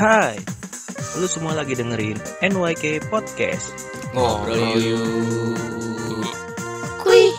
Hai, lu semua lagi dengerin NYK Podcast. Ngobrol yuk. Kuy.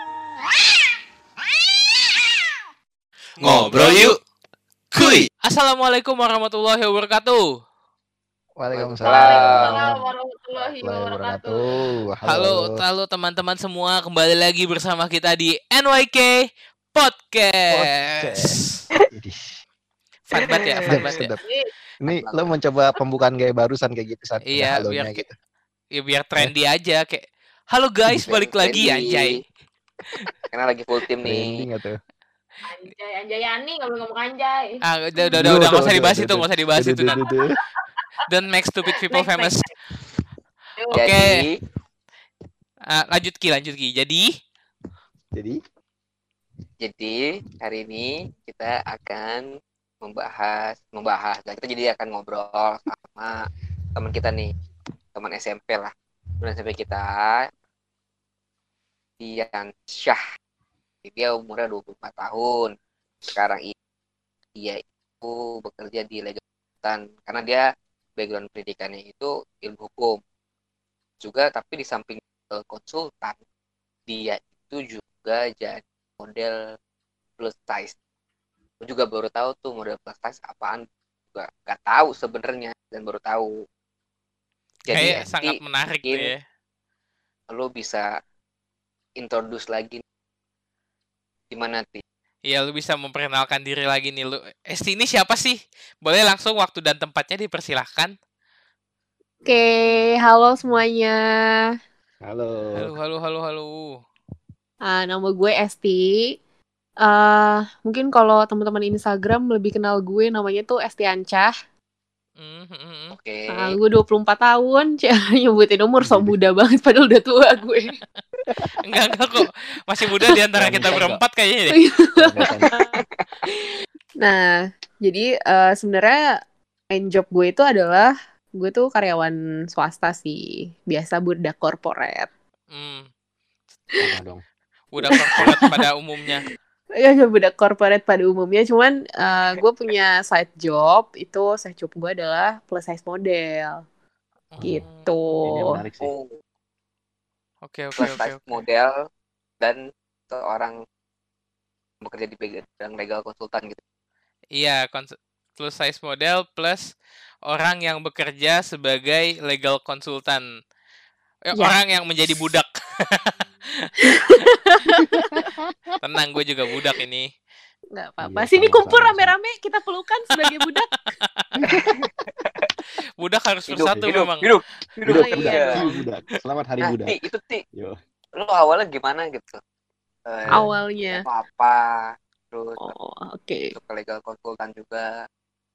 Ngobrol yuk. Kuy. Assalamualaikum warahmatullahi wabarakatuh. Waalaikumsalam warahmatullahi wabarakatuh. Halo teman-teman semua, kembali lagi bersama kita di NYK Podcast. Fun banget ya. Ini lo mencoba pembukaan gaya barusan kayak gitu saat Iya, halonya gitu. biar trendy aja kayak. Halo guys, balik lagi anjay. Karena lagi full tim nih. Trending atau? Anjayani, nggak boleh ngomong anjay. Udah nggak usah dibahas itu nanti. Don't make stupid people famous. Oke. Lanjut Ki. Jadi hari ini kita akan membahas. Dan kita jadi akan ngobrol sama teman kita nih, teman SMP lah. Teman SMP kita, Dian Syah. Dia umurnya 24 tahun. Sekarang ini dia itu bekerja di legal konsultan karena dia background pendidikannya itu ilmu hukum. Juga tapi di samping konsultan, dia itu juga jadi model plus size. Gue juga baru tahu tuh model plus size apaan, juga nggak tahu sebenarnya dan baru tahu. Jadi Kayak sangat menarik tuh ya. Lo bisa introduce lagi gimana Ti? Iya, lu bisa memperkenalkan diri lagi nih lu. Esti ini siapa sih? Boleh langsung waktu dan tempatnya dipersilahkan. Oke, halo semuanya. Halo. Halo. Nama gue Esti. Mungkin kalau teman-teman Instagram lebih kenal gue, namanya tuh Esti Ancah. Oke. Gue 24 tahun, nyebutin umur so muda banget, padahal udah tua gue. Enggak kok. Masih muda di antara kita berempat kayaknya deh. Nah, jadi sebenarnya main job gue itu adalah gue tuh karyawan swasta sih, biasa budak korporat. Sama dong. Budak korporat pada umumnya. Ya budak korporat pada umumnya, cuman gue punya side job, itu side job gue adalah plus size model, gitu. Ini menarik sih. Oke. Plus size model dan seorang bekerja di bidang legal konsultan gitu. Iya, plus size model plus orang yang bekerja sebagai legal konsultan. Ya. Orang yang menjadi budak. Tenang, gue juga budak ini. Nggak apa-apa. Iya, Sini sama-sama. kumpul rame-rame, kita pelukan sebagai budak. Budak harus bersatu memang. Hidup. Iya. Budak. Selamat Hari Nah, Budak. Ti, itu Ti, Yo. lo awalnya gimana gitu? Awalnya. Apa? Terus Oh, oke. untuk ke legal konsultan juga.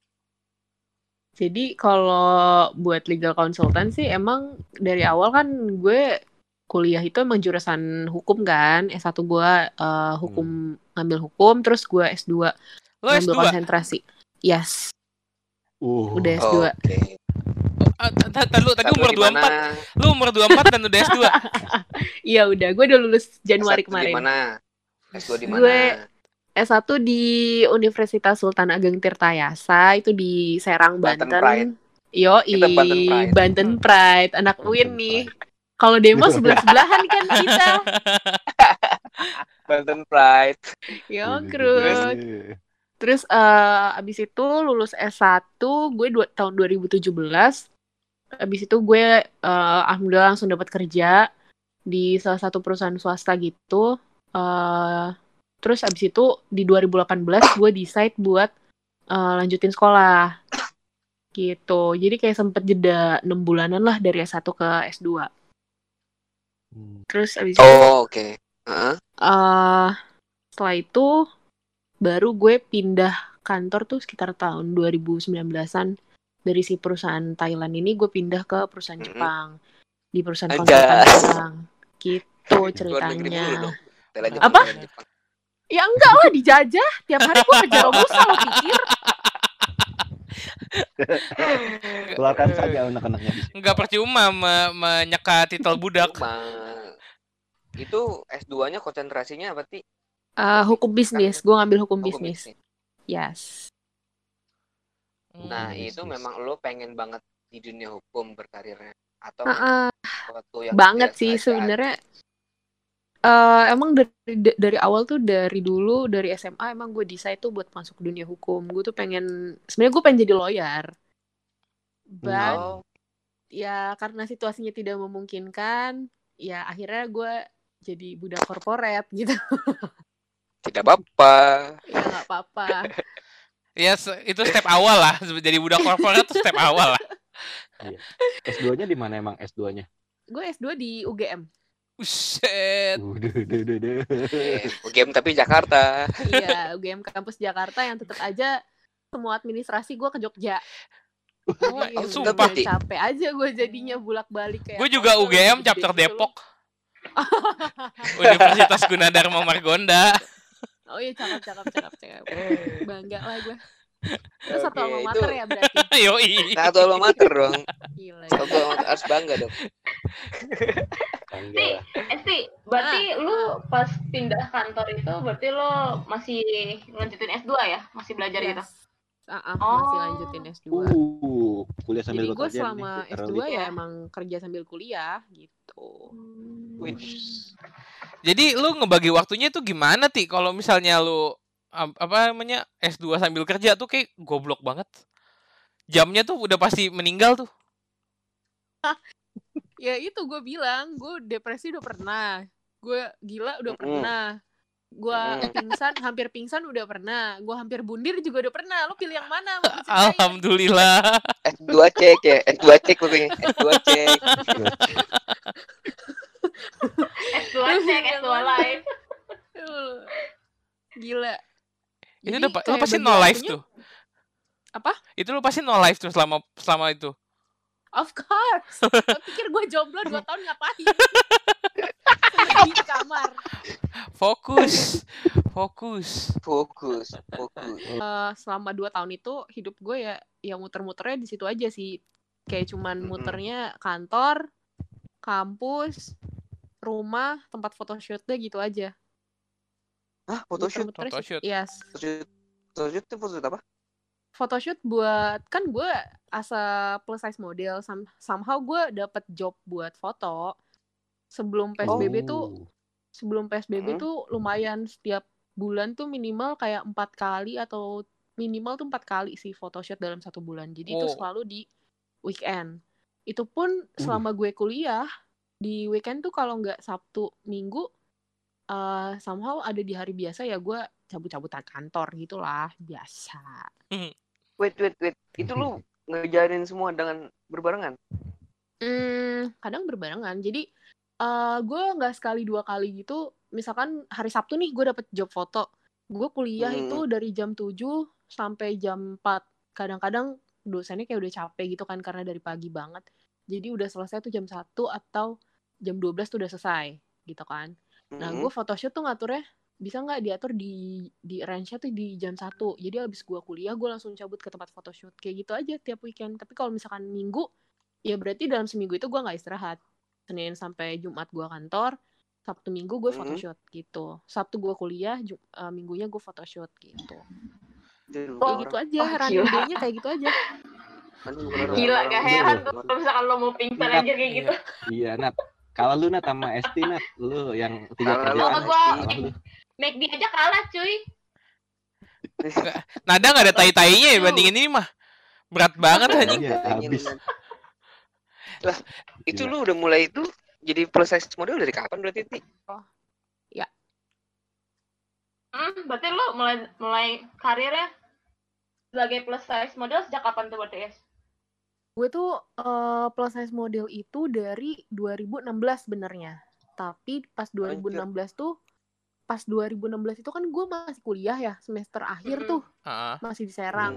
Jadi kalau buat legal consultant sih emang dari awal kan gue kuliah itu emang jurusan hukum kan. S1 gue hukum, ngambil hukum, terus gue S2 Lo ngambil S2? konsentrasi. Yes, udah S2. Oke. Tadi umur 24. Lu umur 24 dan udah S2. Iya udah, gue udah lulus Januari S1 kemarin. Di mana? S2 di mana? Gue S1 di Universitas Sultan Ageng Tirtayasa, itu di Serang, Banten Banten. Pride. Yoi, Kita Banten Pride. Banten Pride, anak Banten UIN Pride. nih. Kalau demo sebelah-sebelahan kan kita. Banten Pride. Yo, Iya. krut. Terus abis itu lulus S1 gue tahun 2017. Abis itu gue alhamdulillah langsung dapat kerja di salah satu perusahaan swasta gitu. Terus abis itu di 2018 gue decide buat lanjutin sekolah gitu. Jadi kayak sempet jeda 6 bulanan lah dari S1 ke S2. Terus abis itu Oke. Heeh. setelah itu baru gue pindah kantor tuh sekitar tahun 2019-an. Dari si perusahaan Thailand ini gue pindah ke perusahaan Jepang. Di perusahaan konsultan Jepang. Gitu ceritanya. Apa? Jepang. Ya enggak lah, dijajah. Tiap hari gue kerja robusta, lo pikir. Keluarkan saja anak-anaknya. Enggak percuma menyeka titel budak. Itu S2-nya konsentrasinya apa Ti? Hukum bisnis. Gue ngambil hukum Hukum bisnis. bisnis. Yes. Nah, itu Bisnis. memang lo pengen banget di dunia hukum berkarirnya atau sesuatu yang banget biasa sih aja sebenarnya. Emang dari awal tuh dari dulu dari SMA emang gue decide tuh buat masuk ke dunia hukum. Gue tuh sebenarnya gue pengen jadi lawyer. But Oh, ya karena situasinya tidak memungkinkan, ya akhirnya gue jadi budak korporat gitu. tidak apa-apa. Ya nggak apa-apa. Ya itu step awal lah. Jadi budak korporat tuh step awal lah. Iya. S2-nya di mana emang S2-nya? Gue S2 di UGM. Buset. UGM tapi Jakarta. Iya, UGM kampus Jakarta yang tetap aja semua administrasi gue ke Jogja. Jadi sumpah. udah capek aja gue jadinya bulak-balik kayak. Gue juga UGM chapter Depok. Universitas Gunadarma Margonda. Oh iya, cakep. Bangga lah gue. Itu satu Oke, alma mater itu- ya berarti. Yoi. Satu alma mater dong. Gila. Satu alma mater harus bangga dong. Bangga lah. Esti, berarti lu pas pindah kantor itu berarti lo masih lanjutin S2 ya? Masih belajar gitu? Masih lanjutin S2. Kuliah sambil Jadi gue bekerja selama nih, S2 Roli. ya emang kerja sambil kuliah gitu. Wih. Jadi lu ngebagi waktunya tuh gimana Ti? Kalau misalnya lu apa namanya S2 sambil kerja tuh kayak goblok banget. Jamnya tuh udah pasti meninggal tuh. Ya itu gue bilang, gue depresi udah pernah. Gue gila udah pernah. Gue hampir pingsan udah pernah. Gue hampir bundir juga udah pernah. Lo pilih yang mana? Mau diceritain? Alhamdulillah. S2 cek ya. S2 cek pokoknya. S2 cek. S2 cek, S2 live. Gila. Itu Jadi udah lu kayak pasti bagi no life waktunya- tuh. Apa? Itu lu pasti no life tuh selama itu. Of course. Lo pikir gue jomblo 2 tahun ngapain? Di kamar. Fokus. Selama 2 tahun itu hidup gue ya muter-muternya di situ aja sih. Kayak cuman muternya kantor, kampus, rumah, tempat photoshoot deh gitu aja. Hah, photoshoot? Muter-muternya Photoshoot. Yes. Photoshoot itu photoshoot apa? Photoshoot buat, kan gue asa plus size model, somehow gue dapet job buat foto. Sebelum PSBB tuh lumayan, setiap bulan tuh minimal kayak 4 kali atau minimal tuh 4 kali sih photoshoot dalam 1 bulan. Jadi itu selalu di weekend. Itu pun selama gue kuliah, di weekend tuh kalau nggak Sabtu Minggu, somehow ada di hari biasa ya gue cabut-cabutan kantor gitulah, biasa. Wait. Itu lu ngejarin semua dengan berbarengan? Kadang berbarengan. Jadi gue nggak sekali 2 kali gitu. Misalkan hari Sabtu nih gue dapet job foto. Gue kuliah itu dari jam 7 sampai jam 4. Kadang-kadang dosennya kayak udah capek gitu kan karena dari pagi banget. Jadi udah selesai tuh jam 1 atau jam 12 tuh udah selesai gitu kan. Nah gue photoshoot tuh ngaturnya bisa nggak diatur di range-nya tuh di jam 1. Jadi abis gue kuliah gue langsung cabut ke tempat photoshoot. Kayak gitu aja tiap weekend. Tapi kalau misalkan minggu, ya berarti dalam seminggu itu gue nggak istirahat. Senin sampai Jumat gue kantor, Sabtu Minggu gue photoshoot gitu. Sabtu gue kuliah, Minggunya gue photoshoot gitu. Kayak gitu aja, running day-nya kayak gitu aja. Gila, gak heran tuh kalau misalkan lo mau pingsan aja kayak gitu. Iya, Nat. Kalau lu Nat sama Esti, Nat, lu yang 3 kerjaan. Kalau gua lu. McD aja kalah cuy. Nada nggak ada tai-tainya ya bandingin ini mah. Berat banget anjing. Iya, habis. Lah, itu lu udah mulai itu jadi plus size model dari kapan berarti, Ti? Berarti lo mulai karirnya sebagai plus size model sejak kapan tuh berarti, Es? Gue tuh plus size model itu dari 2016 sebenarnya. Tapi pas 2016 itu kan gue masih kuliah ya, semester akhir tuh. Masih di Serang.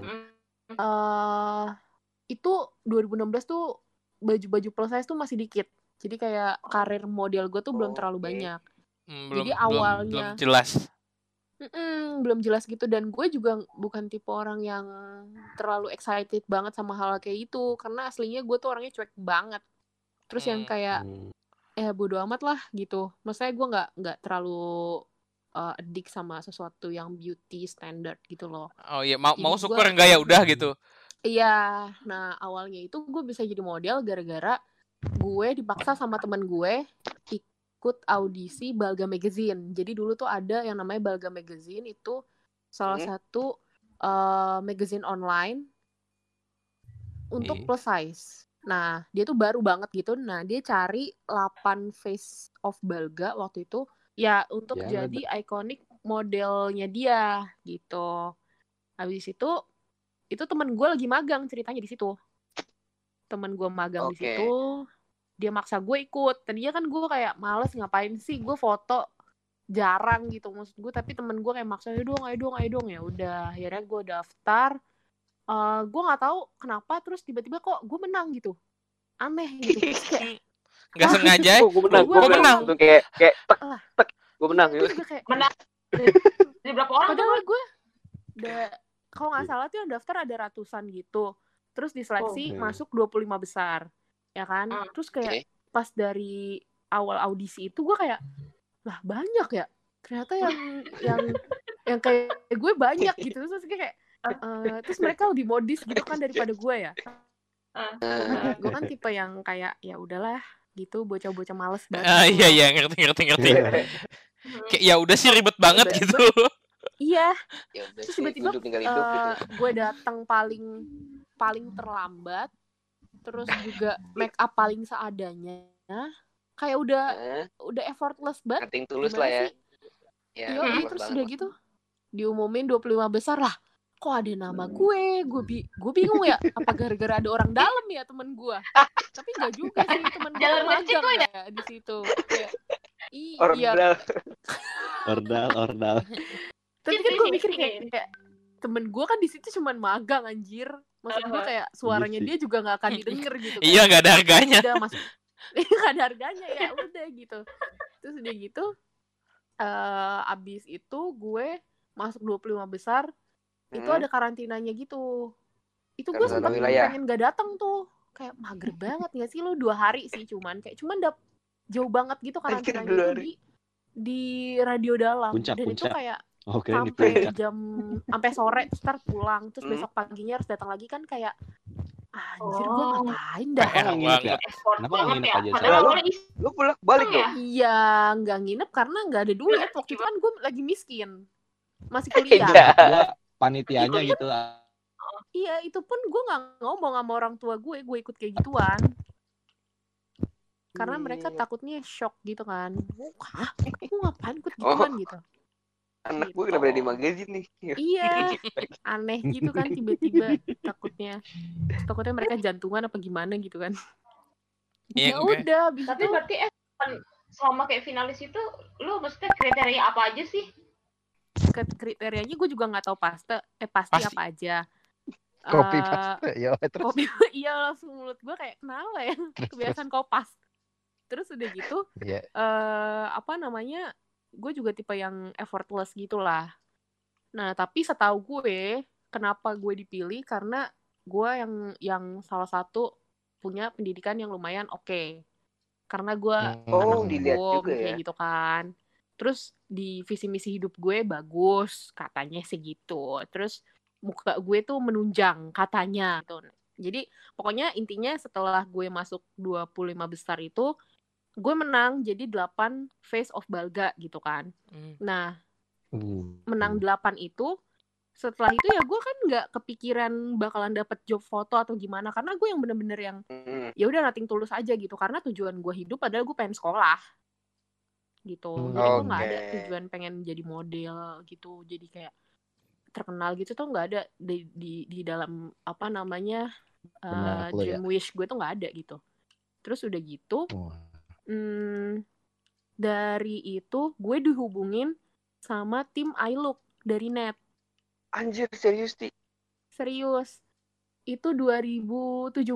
Itu 2016 tuh baju-baju plus size tuh masih dikit. Jadi kayak karir model gue tuh belum terlalu banyak. Jadi awalnya belum jelas. Belum jelas gitu, dan gue juga bukan tipe orang yang terlalu excited banget sama hal kayak itu, karena aslinya gue tuh orangnya cuek banget. Terus yang kayak bodo amat lah gitu. Maksudnya gue nggak terlalu addict sama sesuatu yang beauty standard gitu loh. Oh iya, mau Jadi syukur enggak ya udah gitu. Iya, nah awalnya itu gue bisa jadi model gara-gara gue dipaksa sama temen gue ikut audisi Balga Magazine. Jadi dulu tuh ada yang namanya Balga Magazine, itu salah satu magazine online untuk plus size. Nah, dia tuh baru banget gitu. Nah, dia cari 8 face of Balga waktu itu ya untuk jadi ikonik modelnya dia gitu. Habis itu temen gue lagi magang ceritanya di situ. Temen gue magang di situ, dia maksa gue ikut. Tadinya kan gue kayak males, ngapain sih gue foto, jarang gitu maksud gue. Tapi temen gue kayak maksa, ayo dong. Ya udah, akhirnya gue daftar. Gue nggak tahu kenapa terus tiba-tiba kok gue menang gitu, aneh gitu. Nggak sengaja. Gue menang. Kayak tek. Gue menang. Gue juga kayak menang. Jadi berapa orang? Padahal gue kalau nggak salah tuh yang daftar ada ratusan gitu. Terus diseleksi masuk 25 besar. Ya kan? Terus kayak pas dari awal audisi itu gue kayak, lah banyak ya. Ternyata yang kayak gue banyak gitu. Terus kayak terus mereka lebih modis gitu kan daripada gue ya. Gue kan tipe yang kayak ya udahlah gitu, bocah-bocah males banget. Iya ngerti. Kayak ya udah sih ribet banget gitu. Iya. Terus tiba-tiba gitu. Gue datang paling terlambat, terus juga make up paling seadanya, kayak udah effortless banget. Nothing tulus lah ya. Iya, terus udah gitu diumumin 25 besar lah. Kok ada nama gue bingung ya, apa gara-gara ada orang dalam ya temen gue. Tapi enggak juga sih, temen gue magang ya di situ. Iya. Ordal. Tapi kan gue mikir kayak temen gue kan di situ cuman magang anjir. Maksud gue kayak suaranya dia juga nggak akan didengar gitu. Iya, nggak ada harganya. Udah masuk, nggak ada harganya ya udah gitu. Terus udah gitu, abis itu gue masuk 25 besar, itu ada karantinanya gitu. Itu gue sempat pengen nggak datang tuh, kayak mager banget nggak sih lo 2 hari sih cuman jauh banget gitu karantinanya itu di Radio Dalam. Dan itu kayak sampai sore terus pulang, terus besok paginya harus datang lagi kan, kayak anjir gue ngapain dah. Kenapa nggak nginep aja? Lu pulang balik dong? Iya, nggak nginep karena nggak ada duit. Waktu itu kan gue lagi miskin, masih kuliah. Panitianya gitu. Iya, itu pun gue nggak ngomong sama orang tua gue ikut kayak gituan. Karena mereka takutnya shock gitu kan. Hah? Aku ngapain ikut gituan gitu. Anak gue kenapa ada di magazine nih? Iya, aneh gitu kan tiba-tiba takutnya mereka jantungan apa gimana gitu kan. Ya udah, tapi berarti selama kayak finalis itu lu maksudnya kriteria apa aja sih? Kriterianya gue juga nggak tahu pasti apa aja. Kopi pasta ya terus. Kopi iya, langsung mulut gue kayak kenapa ya kebiasaan kopas. Terus udah gitu gue juga tipe yang effortless gitulah. Nah, tapi setahu gue, kenapa gue dipilih karena gue yang salah satu punya pendidikan yang lumayan oke. Karena gue anak dilihat juga kayak gitu kan. Terus di visi misi hidup gue bagus, katanya segitu. Terus muka gue tuh menunjang katanya gitu. Jadi pokoknya intinya setelah gue masuk 25 besar itu, gue menang jadi 8 face of Balga gitu kan. Nah, menang 8 itu, setelah itu ya gue kan nggak kepikiran bakalan dapet job foto atau gimana, karena gue yang bener-bener yang ya udah nothing tulus aja gitu, karena tujuan gue hidup adalah gue pengen sekolah gitu. Jadi gue nggak ada tujuan pengen jadi model gitu, jadi kayak terkenal gitu tuh nggak ada di dalam apa namanya dream wish gue tuh nggak ada gitu. Terus udah gitu. Dari itu gue dihubungin sama tim iLook dari net. Anjir, serius Ti? Serius. Itu 2017.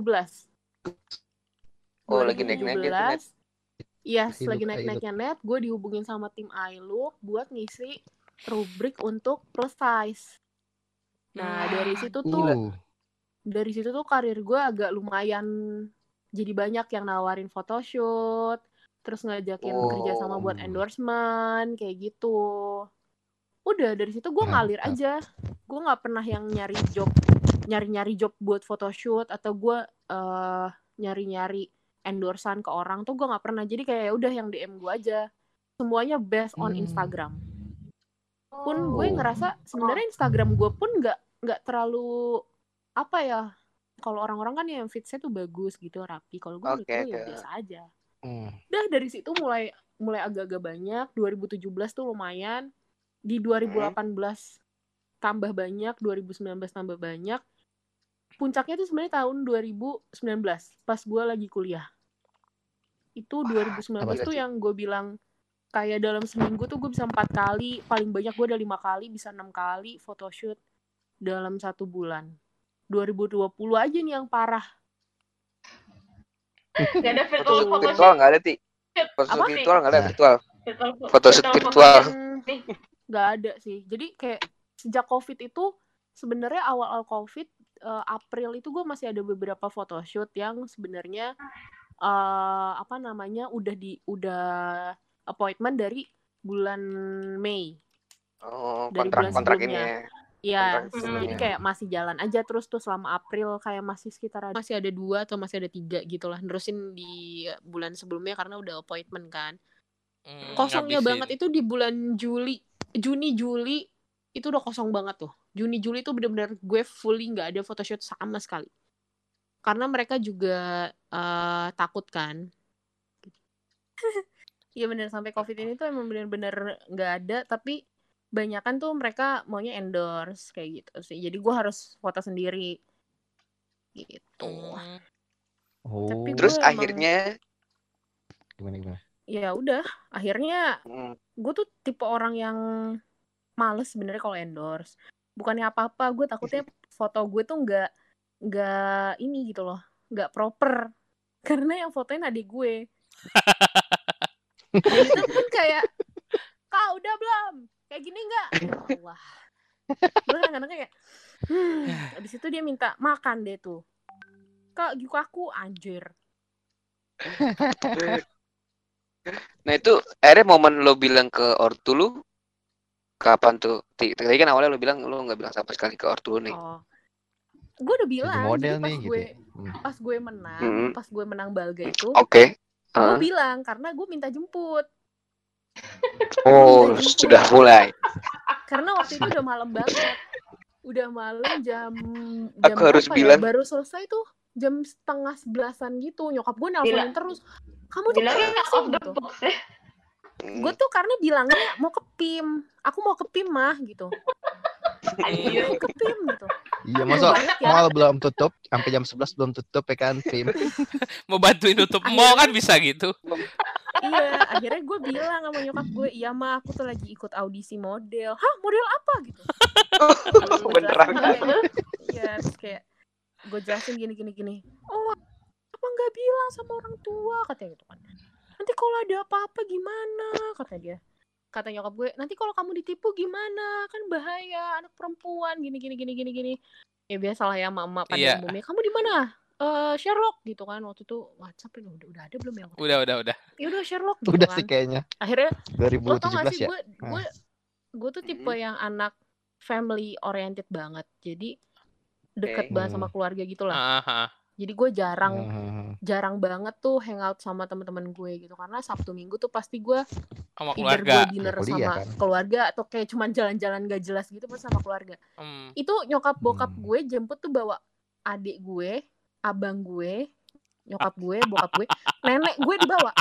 Lagi naik-naiknya net. Iya, lagi naik-naiknya net. Gue dihubungin sama tim iLook buat ngisi rubrik untuk plus size. Nah, dari situ tuh karir gue agak lumayan. Jadi banyak yang nawarin photoshoot, terus ngajakin kerja sama buat endorsement, kayak gitu. Udah, dari situ gue ngalir aja. Gue gak pernah yang nyari job nyari-nyari job buat photoshoot atau gue nyari-nyari endorsan ke orang tuh gue nggak pernah. Jadi kayak ya udah yang DM gue aja, semuanya based on Instagram. Pun gue ngerasa sebenarnya Instagram gue pun nggak terlalu apa ya, kalau orang-orang kan yang feeds-nya tuh bagus gitu, rapi. Kalau gue menurut gue ya biasa aja. Udah dari situ mulai agak-agak banyak. 2017 tuh lumayan, di 2018 tambah banyak, 2019 tambah banyak. Puncaknya tuh sebenarnya tahun 2019 pas gue lagi kuliah. Itu 2019 tuh yang gue bilang kayak dalam seminggu tuh gue bisa 4 kali, paling banyak gue ada 5 kali, bisa 6 kali photoshoot dalam 1 bulan. 2020 aja nih yang parah. Gak ada virtual nggak ada Ti? Photoshoot virtual nggak ada virtual. Photoshoot virtual nggak ada sih. Jadi kayak sejak COVID itu sebenarnya awal-awal COVID April itu gue masih ada beberapa photoshoot yang sebenarnya udah appointment dari bulan Mei. Dari kontrak ini ya. Iya, jadi kayak masih jalan aja terus tuh selama April, kayak masih ada 2 atau masih ada 3 gitu lah, nerusin di bulan sebelumnya karena udah appointment kan. Kosongnya banget itu di bulan Juni Juli itu udah kosong banget tuh. Juni Juli itu benar-benar gue fully nggak ada photoshoot sama sekali. Karena mereka juga takut kan. Iya benar, sampai COVID ini tuh emang benar-benar nggak ada, tapi banyakan tuh mereka maunya endorse kayak gitu sih. Jadi gue harus foto sendiri gitu. Tapi terus akhirnya gimana? Ya udah, akhirnya gue tuh tipe orang yang males sebenarnya kalau endorse. Bukannya apa-apa, gue takutnya foto gue tuh nggak ini gitu loh, nggak proper. Karena yang fotoin adik gue. Dan itu pun kayak, Kak udah belum? Kayak gini nggak? Wah, gue kadang-kadang kayak, abis itu dia minta makan deh tuh. Kak, giku aku anjir. Nah itu akhirnya momen lo bilang ke ortu lu kapan tuh? Tadi kan awalnya lo bilang lo nggak bilang sama sekali ke ortu lu nih. Gue udah bilang, model jadi nih, pas gue menang Balga itu, gue bilang karena gue minta jemput. Sudah mulai. Karena waktu itu udah malam banget. Udah malam jam aku harus bilang. Ya? Baru selesai tuh jam 10:30 gitu. Nyokap gue nelfonin terus. Kamu tuh bilangnya off the box ya? Gue tuh karena bilangnya mau ke PIM. Aku mau ke PIM mah gitu. Mau ke PIM gitu. Iya, masa mall belum tutup, sampai jam 11 belum tutup ya kan, PIM. Mau bantuin tutup mall kan bisa gitu. Iya, akhirnya gue bilang sama nyokap gue, iya mah aku tuh lagi ikut audisi model. Hah, model apa gitu? Beneran. Iya, terus kayak gue jelasin gini. Oh, apa nggak bilang sama orang tua, katanya gitu kan. Nanti kalau ada apa-apa gimana, kata dia. Kata nyokap gue, nanti kalau kamu ditipu gimana? Kan bahaya, anak perempuan, gini. Ya biasalah ya mama pada umumnya. Kamu di mana? Sherlock gitu kan. Waktu itu WhatsApp udah ada belum ya? Udah. Ya udah Sherlock gitu udah kan. sih kayaknya. Akhirnya 2017 ya. Gue tuh tipe yang anak family oriented banget. Jadi deket banget sama keluarga gitu lah. Jadi gue jarang banget tuh hangout sama teman-teman gue gitu, karena Sabtu Minggu tuh pasti gue sama either keluarga, gue dinner sama keluarga atau kayak cuman jalan-jalan gak jelas gitu pas sama keluarga. Itu nyokap bokap gue jemput tuh bawa adik gue, abang gue, nyokap gue, bokap gue, nenek gue dibawa.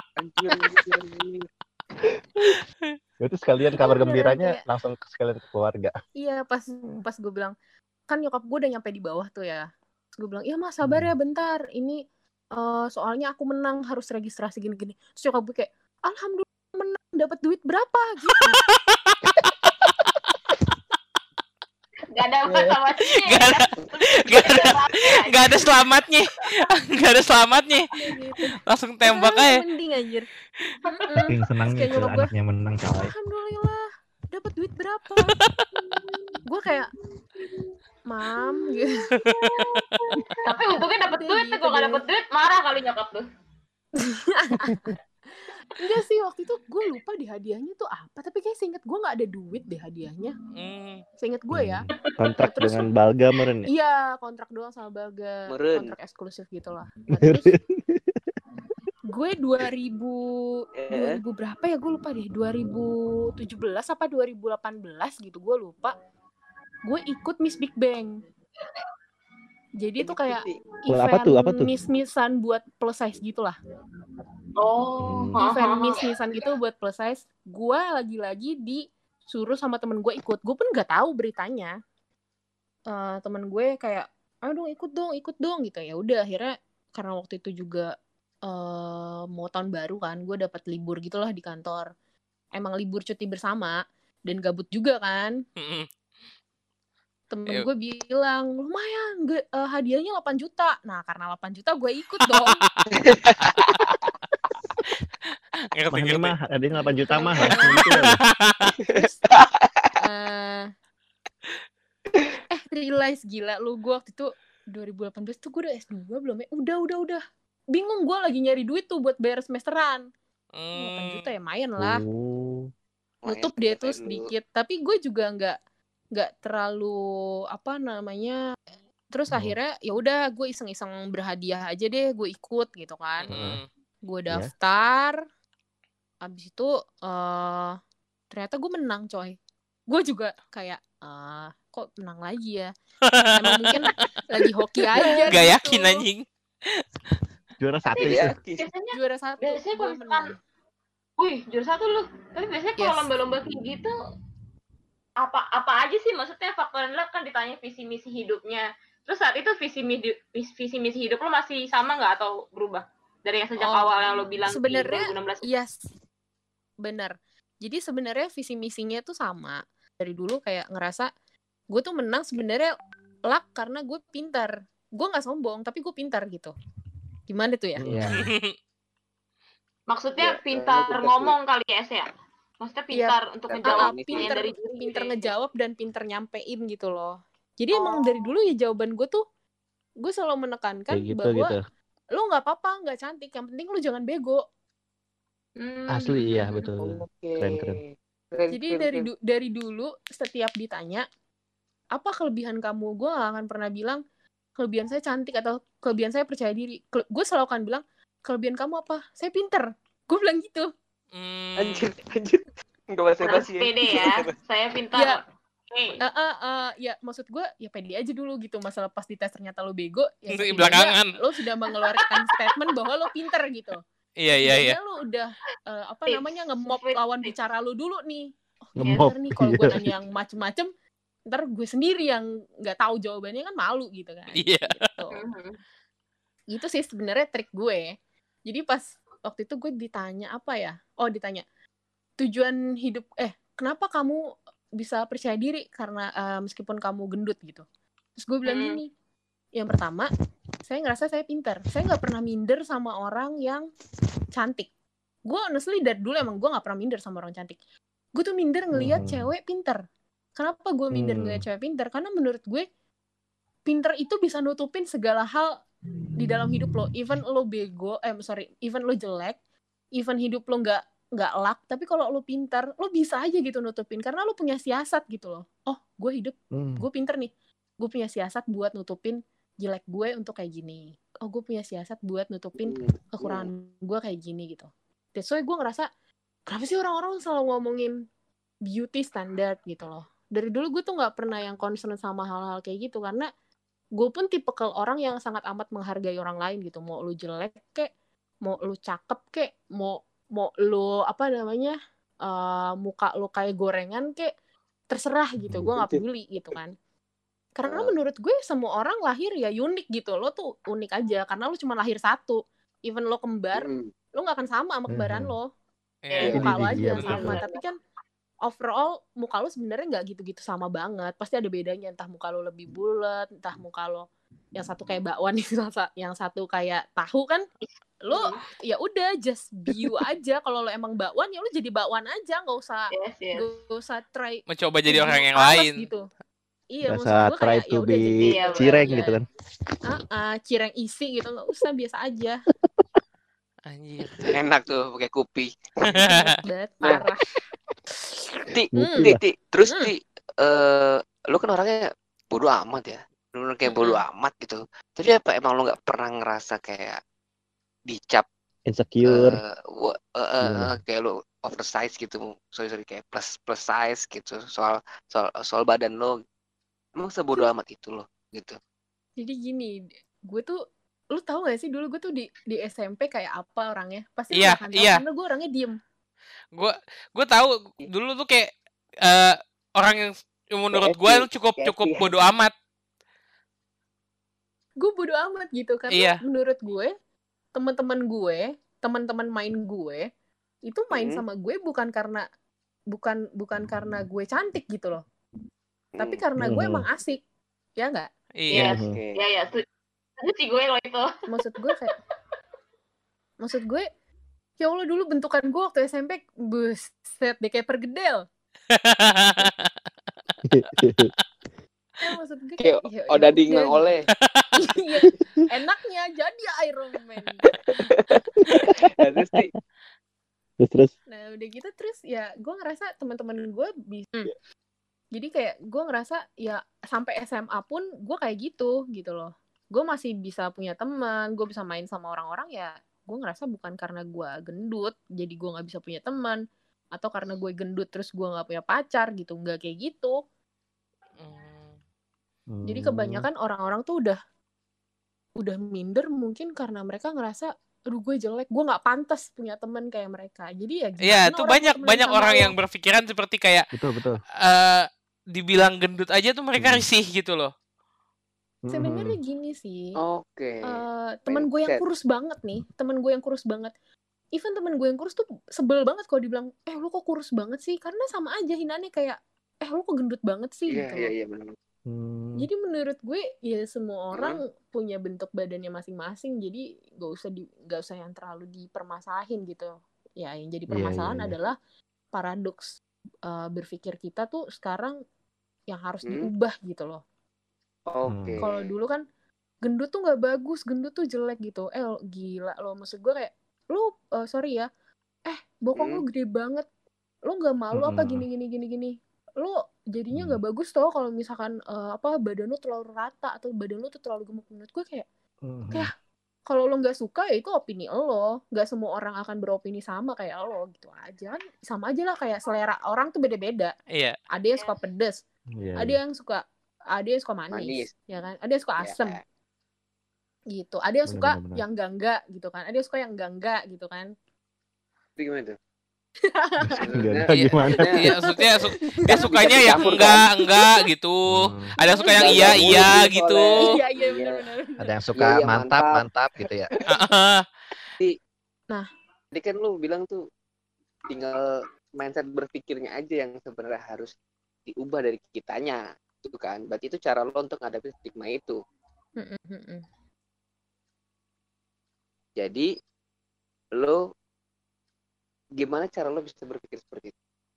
Itu sekalian kabar gembiranya langsung sekalian ke keluarga. Iya, pas gue bilang kan nyokap gue udah nyampe di bawah tuh ya. Terus gue bilang, iya mas sabar ya bentar, ini soalnya aku menang harus registrasi gini-gini. Terus nyokap gue kayak, alhamdulillah menang, dapat duit berapa gitu. Gak ada selamatnya. Gak ada selamatnya. Gak ada selamatnya. Langsung tembak aja. Mending anjir. Yang senangnya itu anaknya menang coy. Alhamdulillah dapat duit berapa. Gue kayak mam gitu. Tapi untungnya dapat duit, gue gak dapet duit marah kali nyokap tuh. Enggak sih, waktu itu gue lupa deh hadiahnya tuh apa, tapi kayak seinget gue nggak ada duit deh hadiahnya. Seinget gue ya. Kontrak Terus dengan Balga meren ya? iya, kontrak doang sama Balga, Meren. kontrak eksklusif gitu lah. Nah, terus gue 2000 berapa ya, gue lupa deh, 2017 apa 2018 gitu, gue lupa. Gue ikut Miss Big Bang. Jadi itu kayak Apa tuh? event miss-missan buat plus size gitu lah. Event miss-missan gitu buat plus size. Gue lagi-lagi disuruh sama temen gue ikut. Gue pun nggak tahu beritanya. Temen gue kayak, ayo dong ikut dong gitu. Ya udah, akhirnya karena waktu itu juga mau tahun baru kan, gue dapat libur gitulah di kantor. Emang libur cuti bersama dan gabut juga kan. Temen gue bilang, lumayan, hadiahnya 8 juta. Nah, karena 8 juta gue ikut dong. Ngerti. Mah, hadiahnya 8 juta mah. Terus, realize gila lu, gue waktu itu 2018 tuh gue udah S2 belum ya? Udah. Bingung, gue lagi nyari duit tuh buat bayar semesteran. 8 juta ya, main lah. Nutup dia tuh sedikit. Tapi gue juga nggak terlalu terus akhirnya ya udah gue iseng-iseng berhadiah aja deh, gue ikut gitu kan. Gue daftar, abis itu ternyata gue menang coy. Gue juga kayak kok menang lagi ya, emang mungkin lagi hoki aja. Gak yakin anjing. Juara 1 ya. Juara 1. Biasanya kalau misalkan, juara 1 lu. Tapi biasanya kalau lomba-lomba kayak gitu, apa aja sih maksudnya faktornya? Kan ditanya visi misi hidupnya. Terus saat itu visi misi hidup lo masih sama nggak atau berubah dari yang sejak awal yang lo bilang sebenarnya, di 2016? Yes, benar. Jadi sebenarnya visi misinya tuh sama. Dari dulu kayak ngerasa gue tuh menang sebenarnya luck karena gue pintar. Gue nggak sombong tapi gue pintar gitu. Gimana tuh ya? Maksudnya pintar ngomong kali ya? Maksudnya pintar untuk ngejawab, pintar ngejawab dan pintar nyampein gitu loh. Jadi emang dari dulu ya jawaban gue tuh, gue selalu menekankan bahwa lo nggak apa-apa, nggak cantik, yang penting lo jangan bego. Asli iya betul. Keren. Jadi dari dulu setiap ditanya apa kelebihan kamu, gue nggak akan pernah bilang kelebihan saya cantik atau kelebihan saya percaya diri. Gue selalu akan bilang kelebihan kamu apa? Saya pintar. Gue bilang gitu. Anjir. Enggak basa-basi pede ya. Saya pintar. Ya maksud gue ya pede aja dulu gitu. Masalah pas di tes ternyata lo bego, ya belakangan lo sudah mengeluarkan statement bahwa lo pintar gitu. Iya. Lo udah nge-mop lawan bicara lo dulu nih. Nge-mop nih kalau gue nanya yang macem-macem, ntar gue sendiri yang nggak tahu jawabannya kan malu gitu kan. Iya. Gitu sih sebenarnya trik gue. Jadi pas waktu itu gue ditanya apa ya? Ditanya tujuan hidup. Kenapa kamu bisa percaya diri? Karena meskipun kamu gendut gitu. Terus gue bilang gini. Yang pertama, saya ngerasa saya pintar. Saya nggak pernah minder sama orang yang cantik. Gue honestly dari dulu emang gue nggak pernah minder sama orang cantik. Gue tuh minder ngelihat cewek pintar. Kenapa gue minder ngelihat cewek pintar? Karena menurut gue pintar itu bisa nutupin segala hal di dalam hidup lo. Even lo bego, even lo jelek, even hidup lo nggak luck, tapi kalau lo pintar, lo bisa aja gitu nutupin karena lo punya siasat gitu loh. Gue hidup, gue pintar nih, gue punya siasat buat nutupin jelek gue untuk kayak gini. Gue punya siasat buat nutupin kekurangan gue kayak gini gitu. That's why gue ngerasa kenapa sih orang-orang selalu ngomongin beauty standard gitu loh. Dari dulu gue tuh nggak pernah yang concern sama hal-hal kayak gitu karena gue pun tipikal orang yang sangat amat menghargai orang lain gitu. Mau lu jelek kek, mau lu cakep kek, mau lu muka lu kayak gorengan kek, terserah gitu. Gue nggak peduli gitu kan. Karena menurut gue semua orang lahir ya unik gitu. Lo tuh unik aja karena lo cuma lahir satu. Even lo kembar, lo nggak akan sama kembaran lo. Muka lo aja yang sama. Tapi kan overall muka lo sebenarnya nggak gitu-gitu sama banget. Pasti ada bedanya. Entah muka lo lebih bulat, entah muka lo yang satu kayak bakwan, yang satu kayak tahu kan. Lo ya udah just be you aja. Kalau lo emang bakwan ya lo jadi bakwan aja. Nggak usah try mencoba jadi orang yang lain gitu. Iya, rasa try to be cireng gitu kan. Cireng isi gitu, nggak usah, biasa aja. Anjir. Enak tuh pakai kupi. banget parah. Terus lu kan orangnya bodo amat ya. Lu kayak bodo amat gitu. Tapi apa emang lu nggak pernah ngerasa kayak dicap Insecure. kayak lu oversize gitu, sorry kayak plus size gitu, soal badan lo, emang sebodoh amat itu lo gitu. Jadi gini, gue tuh, lu tahu gak sih dulu gue tuh di SMP kayak apa orangnya? Pasti lu Iya, gak akan tahu iya. karena gue orangnya diem. Gue tahu dulu tuh kayak orang yang menurut gue cukup bodoh amat. Gue bodoh amat gitu karena menurut gue teman-teman main gue itu main sama gue bukan karena gue cantik gitu loh, tapi karena gue emang asik, ya nggak? Iya. Iya. Itu sih gue loh itu. Maksud gue, ya Allah dulu bentukan gue waktu SMP, buset deh kayak pergedel. Maksud gue kayak Odading Mang Oleh. Iya, enaknya jadi Iron Man. Terus. Nah udah gitu terus ya gue ngerasa teman-teman gue bisa. Jadi kayak gue ngerasa ya sampai SMA pun gue kayak gitu loh. Gue masih bisa punya teman, gue bisa main sama orang-orang ya. Gue ngerasa bukan karena gue gendut jadi gue nggak bisa punya teman, atau karena gue gendut terus gue nggak punya pacar gitu, nggak kayak gitu. Jadi kebanyakan orang-orang tuh udah minder mungkin karena mereka ngerasa aduh gue jelek, gue nggak pantas punya teman kayak mereka. Jadi ya gimana? Iya, itu banyak orang yang berpikiran seperti kayak betul. Dibilang gendut aja tuh mereka risih gitu loh. Sebenarnya gini sih. Oke. Temen gue yang kurus banget nih, even temen gue yang kurus tuh sebel banget kalau dibilang lu kok kurus banget sih, karena sama aja hinaannya kayak lu kok gendut banget sih gitu loh. Iya benar. Jadi menurut gue ya semua orang punya bentuk badannya masing-masing, jadi gak usah yang terlalu dipermasalahin gitu. Ya yang jadi permasalahan adalah paradoks berpikir kita tuh sekarang yang harus diubah gitu loh. Oke. Kalau dulu kan gendut tuh nggak bagus, gendut tuh jelek gitu. Gila lo, maksud gue kayak lu sorry ya, bokong lu gede banget, lu nggak malu apa gini. Lu jadinya nggak bagus toh kalau misalkan badan lu terlalu rata atau badan lu tuh terlalu gemuk. Menurut gue kayak kalau lo nggak suka ya itu opini lo, nggak semua orang akan beropini sama kayak lo gitu aja kan, sama aja lah kayak selera orang tuh beda-beda. Iya. Ada yang suka pedes, ada yang suka manis, ya kan, ada yang suka asem gitu, ada yang suka yang enggak gitu kan, ada yang suka yang enggak gitu kan. Itu gimana tuh? Gimana? Iya, maksudnya dia sukanya yang enggak gitu. Ada yang suka yang iya gitu. Iya benar. Ada yang suka mantap gitu ya. Nah, tadi kan lu bilang tuh tinggal mindset berpikirnya aja yang sebenarnya harus diubah dari kitanya, itu kan. Berarti itu cara lo untuk ngadepin stigma itu. Jadi lo gimana cara lo bisa berpikir seperti itu?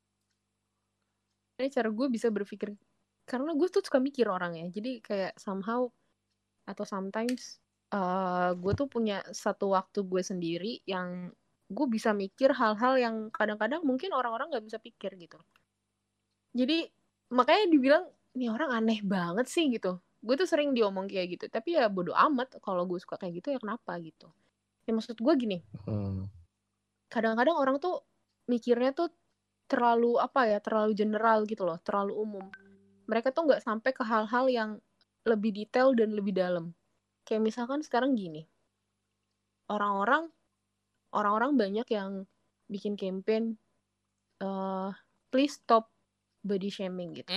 Ini cara gue bisa berpikir karena gue tuh suka mikir orangnya. Jadi kayak somehow atau sometimes gue tuh punya satu waktu gue sendiri yang gue bisa mikir hal-hal yang kadang-kadang mungkin orang-orang nggak bisa pikir gitu. Jadi makanya dibilang nih orang aneh banget sih gitu. Gue tuh sering diomong kayak gitu. Tapi ya bodo amat kalau gue suka kayak gitu ya kenapa gitu. Ya maksud gue gini. Kadang-kadang orang tuh mikirnya tuh terlalu terlalu general gitu loh, terlalu umum. Mereka tuh nggak sampai ke hal-hal yang lebih detail dan lebih dalam. Kayak misalkan sekarang gini, orang-orang banyak yang bikin campaign please stop body shaming gitu.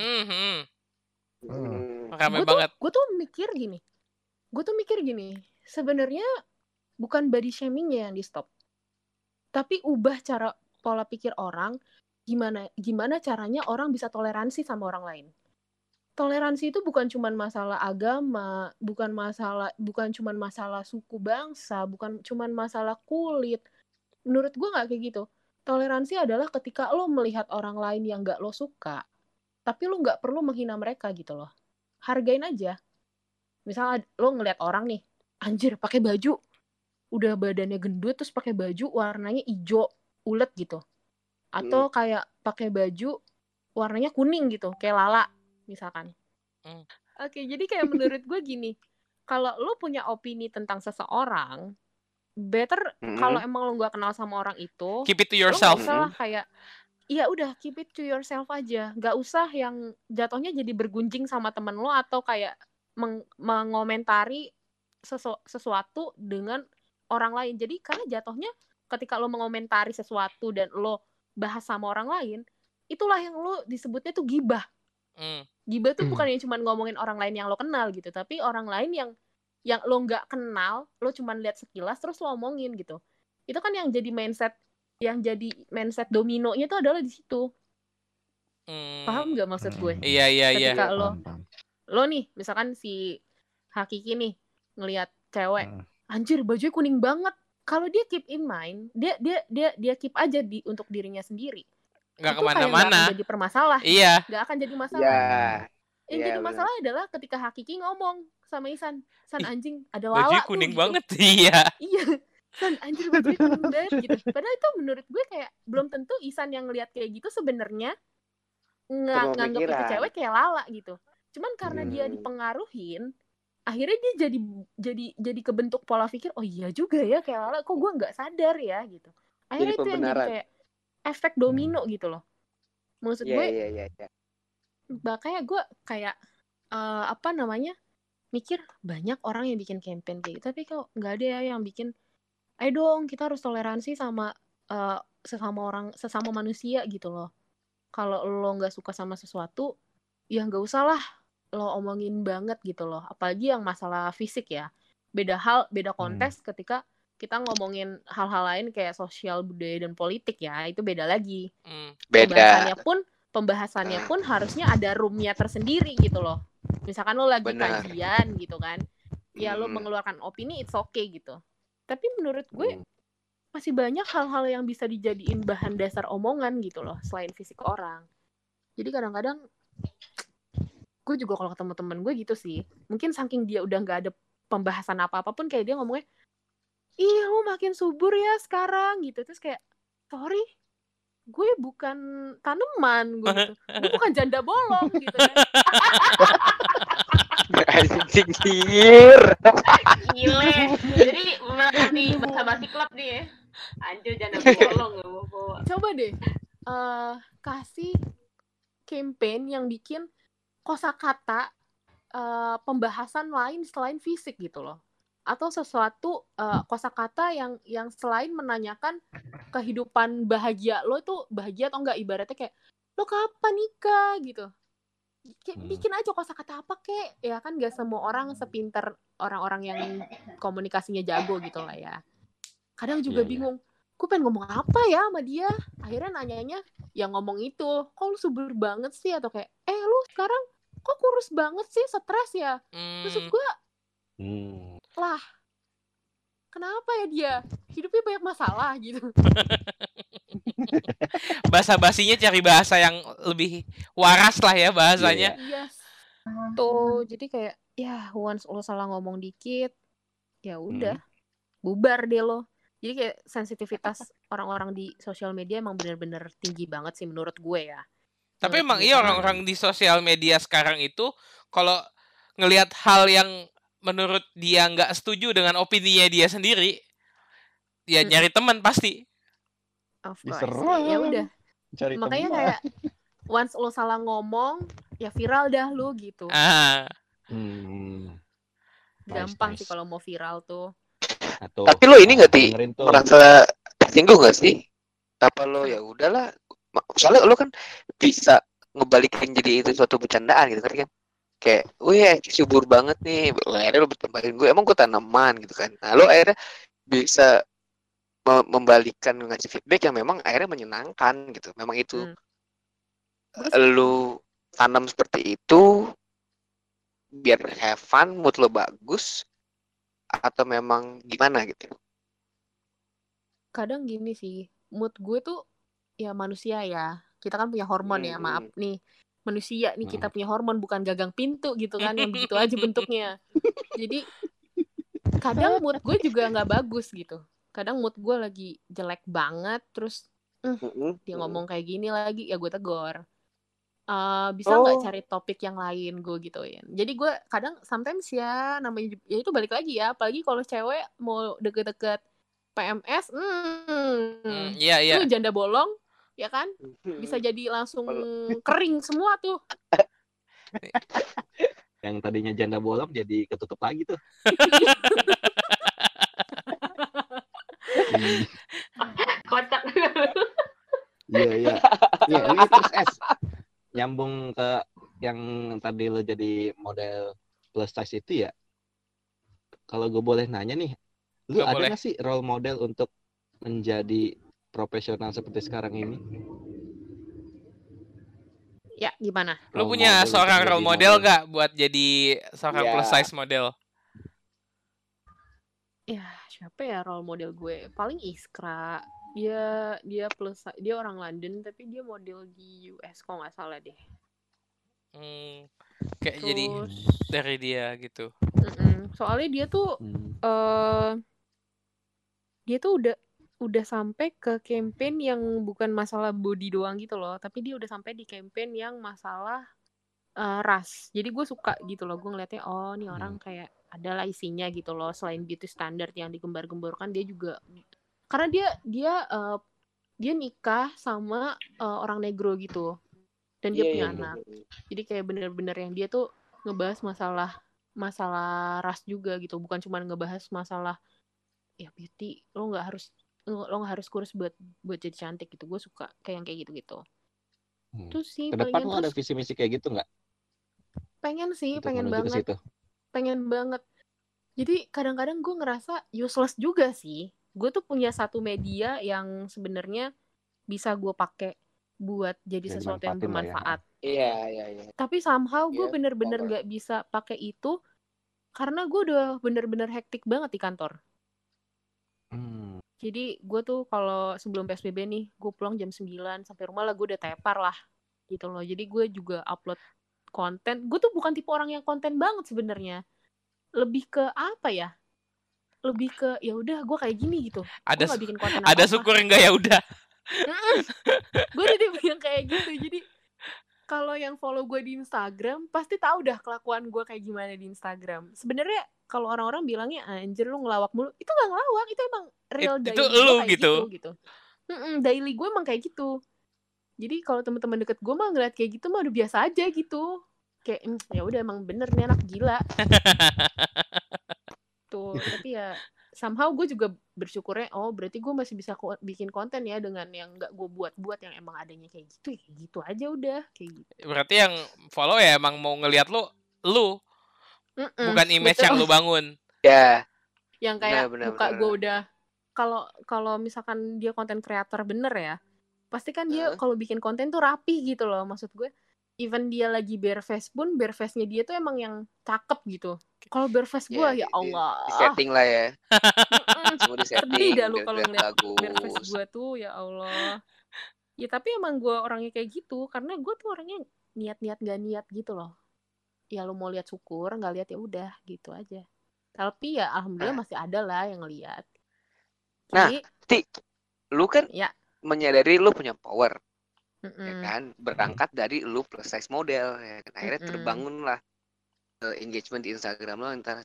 Gue tuh mikir gini, sebenarnya bukan body shamingnya yang di stop, tapi ubah cara pola pikir orang, gimana caranya orang bisa toleransi sama orang lain. Toleransi itu bukan cuma masalah agama, bukan cuma masalah suku bangsa, bukan cuma masalah kulit. Menurut gue nggak kayak gitu. Toleransi adalah ketika lo melihat orang lain yang nggak lo suka, tapi lo nggak perlu menghina mereka gitu loh. Hargain aja. Misalnya lo ngelihat orang nih, anjir pakai baju udah badannya gendut terus pakai baju warnanya hijau ulet gitu, atau kayak pakai baju warnanya kuning gitu kayak Lala misalkan. Oke, jadi kayak menurut gue gini, kalau lo punya opini tentang seseorang, better kalau emang lo nggak kenal sama orang itu, keep it to yourself. Lo nggak usah lah kayak, iya udah keep it to yourself aja, nggak usah yang jatuhnya jadi bergunjing sama temen lo atau kayak mengomentari sesuatu dengan orang lain. Jadi karena jatuhnya ketika lo mengomentari sesuatu dan lo bahas sama orang lain, itulah yang lo disebutnya tuh gibah. Gibah tuh bukan yang cuma ngomongin orang lain yang lo kenal gitu, tapi orang lain yang lo nggak kenal, lo cuma lihat sekilas terus lo omongin gitu. Itu kan yang jadi mindset dominonya itu adalah di situ. Paham nggak maksud gue? Iya. Ketika lo nih, misalkan si Hakiki nih ngelihat cewek, anjir bajunya kuning banget. Kalau dia keep in mind, dia keep aja untuk dirinya sendiri. Nggak kemana-mana. Nggak akan jadi permasalah. Iya. Nggak akan jadi masalah. Yang jadi masalah adalah ketika Hakiki ngomong sama Isan, San anjing ada Lala baju kuning tuh, banget. gitu. Iya. San anjir baju kuning banget gitu. Padahal itu menurut gue kayak belum tentu Isan yang ngelihat kayak gitu sebenarnya nganggap itu cewek kayak Lala gitu. Cuman karena dia dipengaruhin, akhirnya dia jadi kebentuk pola pikir, oh iya juga ya kayak Lala, kok gue nggak sadar ya gitu. Akhirnya itu yang jadi kayak efek domino gitu loh. Maksud gue, makanya gue kayak mikir banyak orang yang bikin campaign kayak gitu, tapi kok nggak ada ya yang bikin, ayo dong kita harus toleransi sama sesama manusia gitu loh. Kalau lo nggak suka sama sesuatu, ya nggak usah lah lo omongin banget gitu loh. Apalagi yang masalah fisik ya. Beda konteks ketika kita ngomongin hal-hal lain kayak sosial, budaya, dan politik ya. Itu beda lagi. Beda. Pembahasannya pun harusnya ada roomnya tersendiri gitu loh. Misalkan lo lagi kajian gitu kan. Ya lo mengeluarkan opini, it's okay gitu. Tapi menurut gue masih banyak hal-hal yang bisa dijadiin bahan dasar omongan gitu loh, selain fisik orang. Jadi kadang-kadang gue juga kalau ketemu temen gue gitu sih, mungkin saking dia udah gak ada pembahasan apa-apa pun kayak dia ngomongnya, ih lu makin subur ya sekarang gitu. Terus kayak, sorry, gue bukan tanaman gue gitu. Gue bukan janda bolong gitu kan. Anjir. Gile. Jadi melatih bahasa-bahasa klub nih ya. Anjir janda bolong. Coba deh kasih campaign yang bikin kosakata pembahasan lain selain fisik gitu loh. Atau sesuatu kosakata yang selain menanyakan kehidupan bahagia lo itu bahagia atau enggak, ibaratnya kayak lo kapan nikah gitu. Bikin aja kosakata apa kek, ya kan gak semua orang sepinter orang-orang yang komunikasinya jago gitu lah ya. Kadang juga bingung, gue pengen ngomong apa ya sama dia. Akhirnya nanyanya yang ngomong itu, kok lu subur banget sih, atau kayak lu sekarang kok kurus banget sih, stres ya. Maksud gue lah, kenapa ya dia hidupnya banyak masalah gitu. Basa-basinya cari bahasa yang lebih waras lah ya bahasanya. Yes. Tuh, jadi kayak ya once lo salah ngomong dikit, ya udah bubar deh lo. Jadi kayak sensitivitas orang-orang di sosial media emang benar-benar tinggi banget sih menurut gue ya. Tapi emang iya orang-orang di sosial media sekarang itu kalau ngelihat hal yang menurut dia nggak setuju dengan opininya dia sendiri, ya nyari teman pasti. Of course. Ya udah. Makanya kayak once lo salah ngomong, ya viral dah lo gitu. Gampang sih kalau mau viral tuh. Tapi lo ini nggak merasa tersinggung nggak sih? Apa lo ya udahlah? Soalnya lo kan bisa ngebalikin jadi itu suatu bercandaan gitu kan? Kayak, wih subur banget nih. Akhirnya lo bertembakin gue, emang gue tanaman gitu kan? Nah lo akhirnya bisa membalikan ngasih feedback yang memang akhirnya menyenangkan gitu. Memang itu lu tanam seperti itu biar have fun, mood lo bagus, atau memang gimana gitu? Kadang gini sih, mood gue tuh ya manusia ya. Kita kan punya hormon ya, maaf nih. Manusia nih kita punya hormon, bukan gagang pintu gitu kan yang begitu aja bentuknya. Jadi kadang mood gue juga nggak bagus gitu. Kadang mood gue lagi jelek banget, terus dia ngomong kayak gini lagi, ya gue tegor. Bisa nggak cari topik yang lain, gue gituin. Jadi gue kadang sometimes ya namanya ya itu balik lagi ya, apalagi kalau cewek mau deket-deket PMS, Iya. tuh janda bolong, ya kan? Bisa jadi langsung kering semua tuh. Yang tadinya janda bolong jadi ketutup lagi tuh. Kocak. Iya. Iya, ini terus nyambung ke yang tadi lo jadi model plus size itu ya. Kalau gue boleh nanya nih, lu ada nggak sih role model untuk menjadi profesional seperti sekarang ini? Ya, gimana? Lu punya seorang role model gak buat jadi seorang plus size model? Ya, siapa ya role model gue? Paling Iskra. Dia orang London tapi dia model di US kalau nggak salah deh. Kayak jadi dari dia gitu. Soalnya dia tuh udah sampai ke campaign yang bukan masalah body doang gitu loh, tapi dia udah sampai di campaign yang masalah ras. Jadi gue suka gitu loh, gue ngeliatnya nih orang kayak adalah isinya gitu loh, selain beauty standard yang digembar-gemborkan, dia juga karena dia nikah sama orang negro gitu, dan dia punya anak. Jadi kayak bener-bener yang dia tuh ngebahas masalah ras juga gitu, bukan cuma ngebahas masalah ya beauty, lo nggak harus kurus buat jadi cantik gitu. Gue suka kayak yang kayak gitu-gitu. Itu sih kedepan palingan. lo ada visi misi kayak gitu nggak? Pengen sih, untuk pengen banget. Pengen banget. Jadi kadang-kadang gue ngerasa useless juga sih. Gue tuh punya satu media yang sebenarnya bisa gue pakai buat jadi sesuatu yang bermanfaat. Iya. Tapi somehow gue bener-bener nggak bisa pakai itu karena gue udah bener-bener hektik banget di kantor. Jadi gue tuh kalau sebelum PSBB nih, gue pulang jam 9 sampai rumah lah gue udah tepar lah gitu loh. Jadi gue juga upload konten. Gue tuh bukan tipe orang yang konten banget sebenarnya. Lebih ke apa ya? Lebih ke ya udah gue kayak gini gitu. Gue nggak bikin konten apa-apa. Ada syukur enggak ya udah. Gue udah yang kayak gitu. Jadi kalau yang follow gue di Instagram pasti tahu dah kelakuan gue kayak gimana di Instagram. Sebenarnya kalau orang-orang bilangnya anjir lu ngelawak mulu, itu nggak ngelawak, itu emang real daily itu gue kayak gitu. Daily gue emang kayak gitu. Jadi kalau teman-teman deket gue mah ngeliat kayak gitu mah udah biasa aja gitu. Kayak ya udah emang bener nih anak gila. Tuh, tapi ya somehow gue juga bersyukurnya berarti gue masih bisa bikin konten ya dengan yang nggak gue buat yang emang adanya kayak gitu ya, kayak gitu aja udah kayak gitu. Berarti yang follow ya emang mau ngelihat lu bukan image yang lu bangun. Ya. Yang kayak muka gue udah kalau misalkan dia konten creator bener ya, pasti kan dia kalau bikin konten tuh rapi gitu loh. Maksud gue even dia lagi bare face pun bare face-nya dia tuh emang yang cakep gitu. Kalau bare face gue ya Allah. Di setting lah ya. Semua di setting. Sedih dah lu kalau ngeliat bare face gue tuh ya Allah. Ya tapi emang gue orangnya kayak gitu karena gue tuh orangnya niat-niat gak niat gitu loh. Ya lu mau lihat syukur, nggak lihat ya udah gitu aja. Tapi ya alhamdulillah masih ada lah yang ngeliat. Nah, lu kan menyadari lu punya power, ya kan? Berangkat dari lu plus size model, ya kan? Akhirnya terbangunlah engagement di Instagram lo. Entar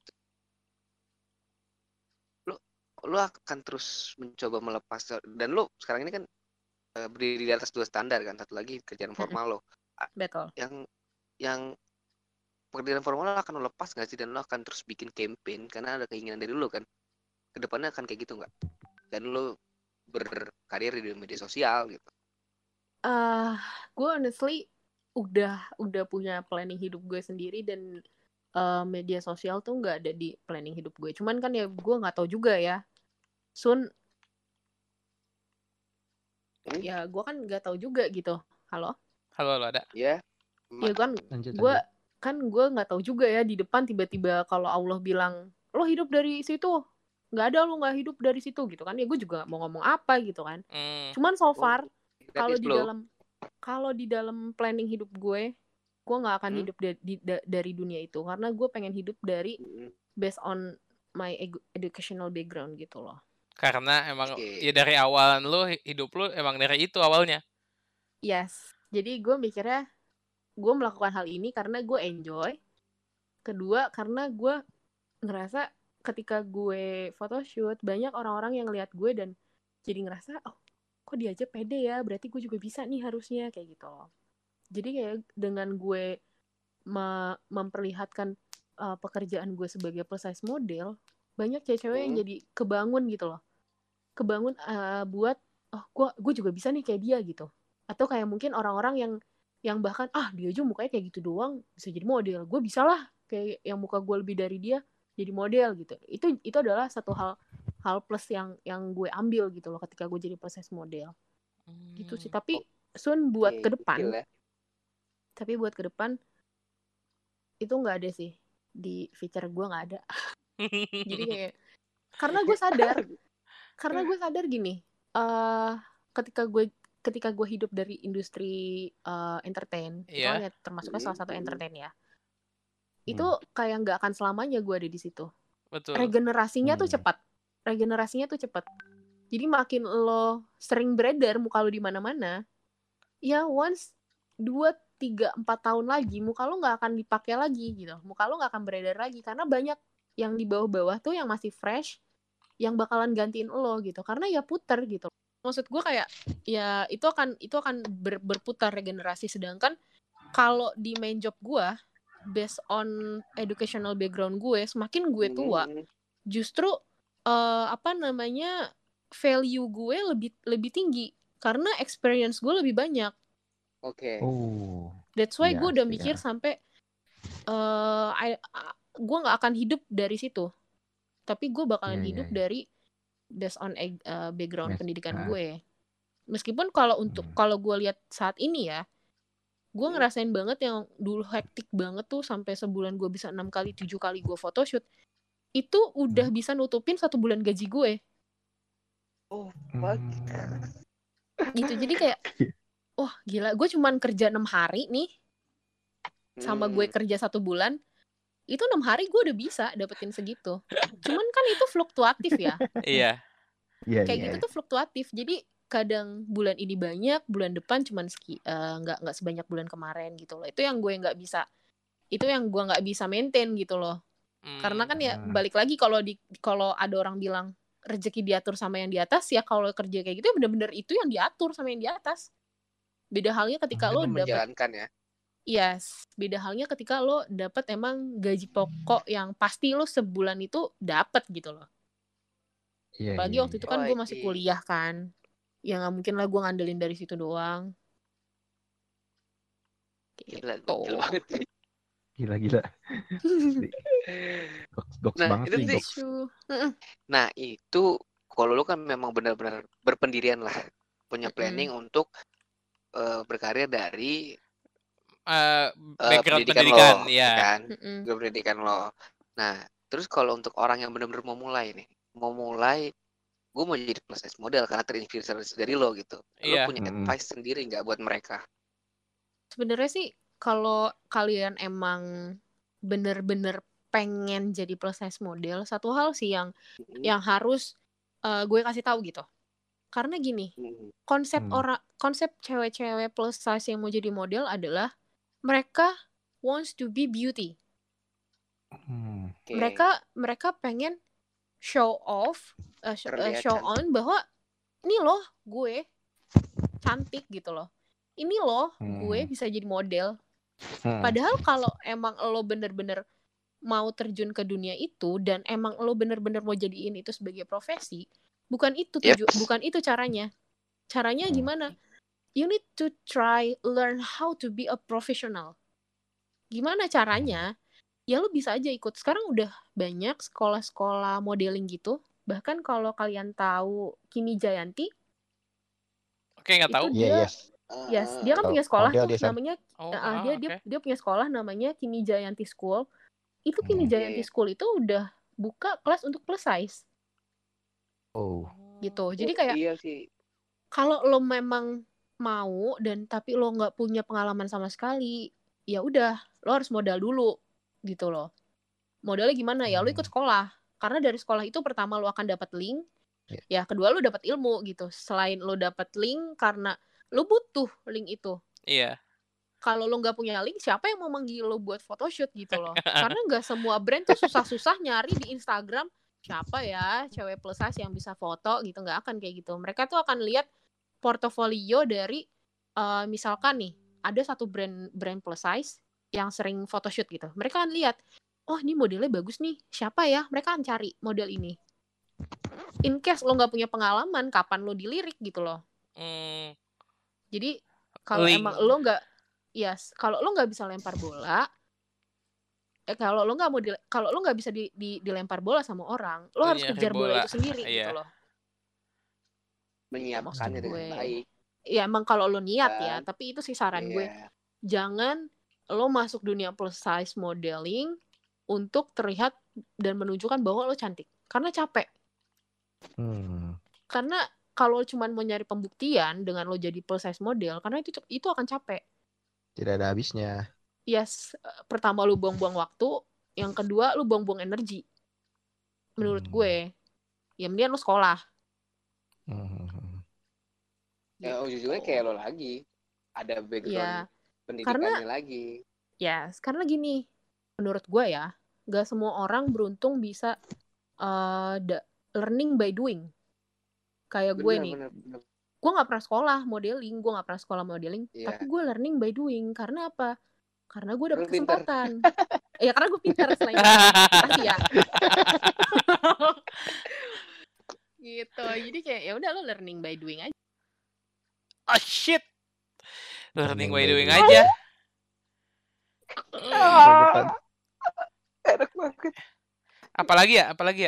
lu akan terus mencoba melepas, dan lu sekarang ini kan berdiri di atas 2 standar kan, satu lagi kerjaan formal lo. Betul. Yang pekerjaan formal lo akan lo lepas nggak sih, dan lo akan terus bikin campaign karena ada keinginan dari lo kan? Kedepannya akan kayak gitu nggak? Dan lo berkarir di media sosial gitu. Gue honestly udah punya planning hidup gue sendiri, dan media sosial tuh nggak ada di planning hidup gue. Cuman kan ya gue nggak tahu juga ya. Soon ya gue kan nggak tahu juga gitu. Halo lo ada? Ya. Ya kan gue nggak tahu juga ya di depan tiba-tiba kalau Allah bilang lo hidup dari situ, nggak ada lo nggak hidup dari situ gitu kan, ya gue juga mau ngomong apa gitu kan. Cuman so far kalau di dalam planning hidup gue nggak akan hidup dari dunia itu, karena gue pengen hidup dari based on my educational background gitu loh. Karena emang Oke. ya dari awalan lu hidup lu emang dari itu awalnya. Yes. Jadi gue mikirnya gue melakukan hal ini karena gue enjoy. Kedua, karena gue ngerasa ketika gue photoshoot banyak orang-orang yang lihat gue dan jadi ngerasa oh kok dia aja pede ya, berarti gue juga bisa nih harusnya kayak gitu loh. Jadi kayak dengan gue memperlihatkan pekerjaan gue sebagai plus size model, banyak cewek-cewek yang jadi kebangun gitu loh. Kebangun buat oh gue juga bisa nih kayak dia gitu. Atau kayak mungkin orang-orang yang bahkan dia aja mukanya kayak gitu doang bisa jadi model, gue bisa lah kayak yang muka gue lebih dari dia jadi model gitu. Itu adalah satu hal plus yang gue ambil gitu loh ketika gue jadi plus size model gitu sih. Tapi Sun buat ke depan, tapi buat ke depan itu nggak ada sih di feature gue, nggak ada. Jadi kayak karena gue sadar gini, ketika gue hidup dari industri entertain, itu kan ya termasuknya salah satu entertain ya. Itu kayak nggak akan selamanya gue ada di situ. Betul. Regenerasinya tuh cepat. Jadi makin lo sering beredar muka lo di mana-mana, ya once 2, 3, 4 tahun lagi muka lo nggak akan dipakai lagi gitu. Muka lo nggak akan beredar lagi karena banyak yang di bawah-bawah tuh yang masih fresh yang bakalan gantiin lo gitu. Karena ya puter gitu. Maksud gue kayak ya itu akan berputar regenerasi. Sedangkan kalau di main job gue based on educational background gue, semakin gue tua justru value gue lebih tinggi karena experience gue lebih banyak. Oke. That's why gue udah mikir sampai gue nggak akan hidup dari situ, tapi gue bakalan hidup dari based on background pendidikan gue. Meskipun kalau gue lihat saat ini ya, gue ngerasain banget yang dulu hektik banget tuh sampai sebulan gue bisa 6 kali 7 kali gue photoshoot, itu udah bisa nutupin 1 bulan gaji gue. Oh, fuck. Gitu. Jadi kayak gila, gue cuman kerja 6 hari nih sama gue kerja 1 bulan, itu 6 hari gue udah bisa dapetin segitu. Cuman kan itu fluktuatif ya. Iya. Kayak gitu tuh fluktuatif. Jadi kadang bulan ini banyak, bulan depan cuman nggak sebanyak bulan kemarin gitu loh. Itu yang gue nggak bisa maintain gitu loh. Karena kan ya balik lagi kalau ada orang bilang rezeki diatur sama yang di atas, ya kalau kerja kayak gitu ya bener-bener itu yang diatur sama yang di atas. Beda halnya ketika lo menjalankan ya. Yes, beda halnya ketika lo dapat emang gaji pokok yang pasti lo sebulan itu dapat gitu loh. Apalagi waktu itu kan gue masih kuliah kan. Ya nggak mungkin lah gue ngandelin dari situ doang. Gila banget sih. Gila. Goks banget sih. Nah itu kalau lu kan memang benar-benar berpendirian lah, punya planning untuk berkarir dari background pendidikan lo, ya kan? Pendidikan lo. Nah terus kalau untuk orang yang benar-benar mau mulai, gue mau jadi plus size model karena terinspirasi dari lo gitu. Lo punya advice sendiri nggak buat mereka? Sebenarnya sih kalau kalian emang bener-bener pengen jadi plus size model, satu hal sih yang harus gue kasih tahu gitu. Karena gini, konsep cewek-cewek plus size yang mau jadi model adalah mereka wants to be beauty. Mereka pengen show on bahwa ini loh gue cantik gitu loh. Ini loh gue bisa jadi model. Padahal kalau emang lo bener-bener mau terjun ke dunia itu dan emang lo bener-bener mau jadiin itu sebagai profesi, bukan itu caranya. Caranya gimana? You need to learn how to be a professional. Gimana caranya? Ya lo bisa aja ikut. Sekarang udah banyak sekolah-sekolah modeling gitu. Bahkan kalau kalian tahu Kimi Jayanti. Oke, nggak tahu. Yes, dia kan punya sekolah tuh namanya dia punya sekolah namanya Kimi Jayanti School. Itu Kimi Jayanti School itu udah buka kelas untuk plus size. Gitu. Jadi kayak kalau lo memang mau dan tapi lo nggak punya pengalaman sama sekali, ya udah lo harus modal dulu gitu loh. Modalnya gimana ya? Lo ikut sekolah. Karena dari sekolah itu pertama lo akan dapat link, Iya. ya kedua lo dapat ilmu gitu. Selain lo dapat link karena lo butuh link itu. Iya. Kalau lo nggak punya link, siapa yang mau manggil lo buat photoshoot gitu loh? Karena nggak semua brand tuh susah-susah nyari di Instagram siapa ya cewek plus size yang bisa foto gitu, nggak akan kayak gitu. Mereka tuh akan lihat portofolio dari misalkan nih ada satu brand plus size yang sering photoshoot gitu. Mereka akan lihat, oh ini modelnya bagus nih, siapa ya? Mereka akan cari model ini. In case lo nggak punya pengalaman, kapan lo dilirik gitu loh. Jadi kalau Link. emang lo nggak, kalau lo nggak bisa lempar bola, kalau lo nggak bisa dilempar bola sama orang, lo harus Nyari kejar bola bola. itu sendiri Iya. gitu loh. Menyiapkannya Maksud dengan gue. baik. Ya emang kalau lo niat ya, Kan? tapi itu sih saran gue. Iya. Jangan lo masuk dunia plus size modeling untuk terlihat dan menunjukkan bahwa lo cantik. Karena capek. Karena kalau cuman mau nyari pembuktian dengan lo jadi plus size model, karena itu akan capek. Tidak ada habisnya. Yes, pertama lu buang-buang waktu, yang kedua lu buang-buang energi. Menurut gue, ya mendingan lu sekolah. Ya ujung-ujungnya kayak lo lagi. Ada background pendidikannya lagi. Yes, karena gini, menurut gue ya, gak semua orang beruntung bisa learning by doing. Kayak gue nih. Bener. Gue gak pernah sekolah modeling, tapi gue learning by doing. Karena apa? Karena gue dapet kesempatan. Ya karena gue pintar selain itu ya. Gitu. Jadi kayak ya udah lo learning by doing aja. Oh shit. Learning by doing aja. Enak banget. Apalagi ya? Apalagi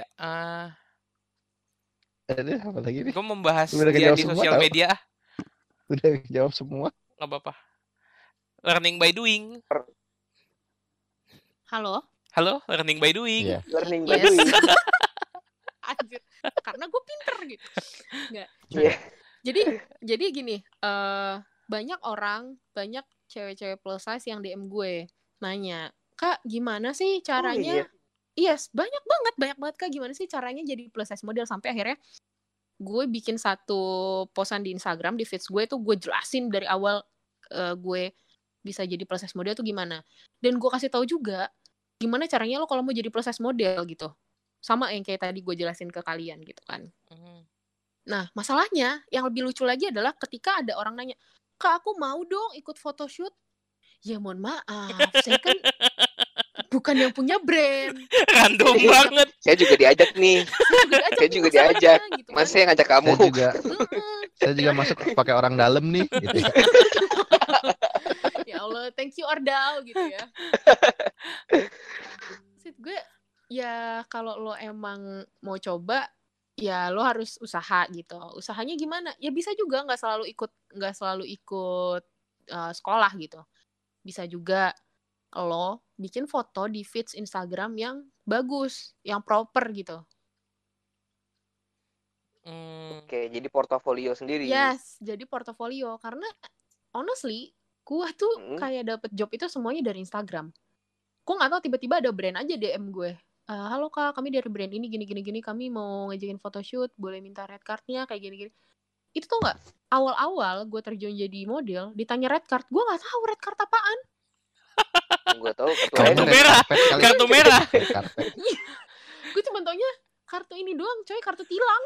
nih? Gue membahas dia di sosial media. Udah jawab semua. Gak apa-apa. Learning by doing. Halo, learning by doing. Iya. Learning by doing. Anjir, karena gue pinter gitu. Nggak. Iya. Jadi gini, banyak cewek-cewek plus size yang DM gue nanya, Kak, gimana sih caranya? Yes, banyak banget Kak, gimana sih caranya jadi plus size model? Sampai akhirnya gue bikin satu posan di Instagram, di feeds gue tuh gue jelasin dari awal gue bisa jadi plus size model tuh gimana. Dan gue kasih tahu juga gimana caranya lo kalau mau jadi plus size model gitu. Sama yang kayak tadi gue jelasin ke kalian gitu kan. Nah, masalahnya yang lebih lucu lagi adalah ketika ada orang nanya, Kak, aku mau dong ikut photoshoot. Ya mohon maaf, saya kan bukan yang punya brand. Random banget. Saya juga diajak nih. Saya juga diajak. Gitu Mas saya ngajak kamu. Saya juga masuk pakai orang dalam nih. Gitu ya. Ya Allah, thank you Ordal gitu ya. Maksud gue, ya kalau lo emang mau coba, ya lo harus usaha gitu. Usahanya gimana? Ya bisa juga nggak selalu ikut sekolah gitu. Bisa juga lo bikin foto di feeds Instagram yang bagus, yang proper gitu. Oke, jadi portofolio sendiri. Yes, jadi portofolio. Karena honestly, gue tuh kayak dapet job itu semuanya dari Instagram. Gue nggak tahu tiba-tiba ada brand aja DM gue. Halo Kak, kami dari brand ini gini, kami mau ngajakin photoshoot, boleh minta red card-nya kayak gini. Itu tuh nggak, awal-awal gue terjun jadi model, ditanya red card, gue nggak tahu red card apaan. Gue tahu kartu merah. Gue cuma taunya kartu ini doang, coy, kartu tilang.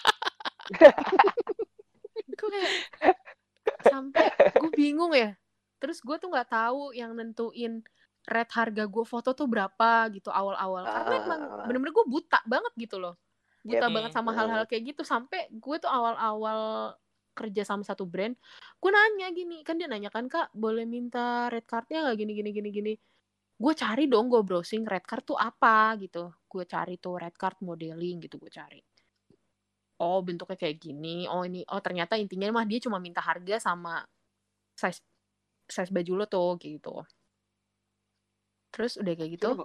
Gue kayak sampai gue bingung ya. Terus gue tuh nggak tahu yang nentuin red harga gue foto tuh berapa gitu awal-awal. Karena emang bener-bener gue buta banget gitu loh. Buta banget sama hal-hal kayak gitu. Sampai gue tuh awal-awal kerja sama satu brand, gue nanya gini, kan dia nanya kan, Kak, boleh minta red card-nya nggak gini. Gue cari dong, gue browsing red card tuh apa gitu. Gue cari tuh red card modeling gitu, gue cari. Oh, bentuknya kayak gini. Oh, ternyata intinya mah dia cuma minta harga sama size baju lo tuh gitu. Terus udah kayak gitu.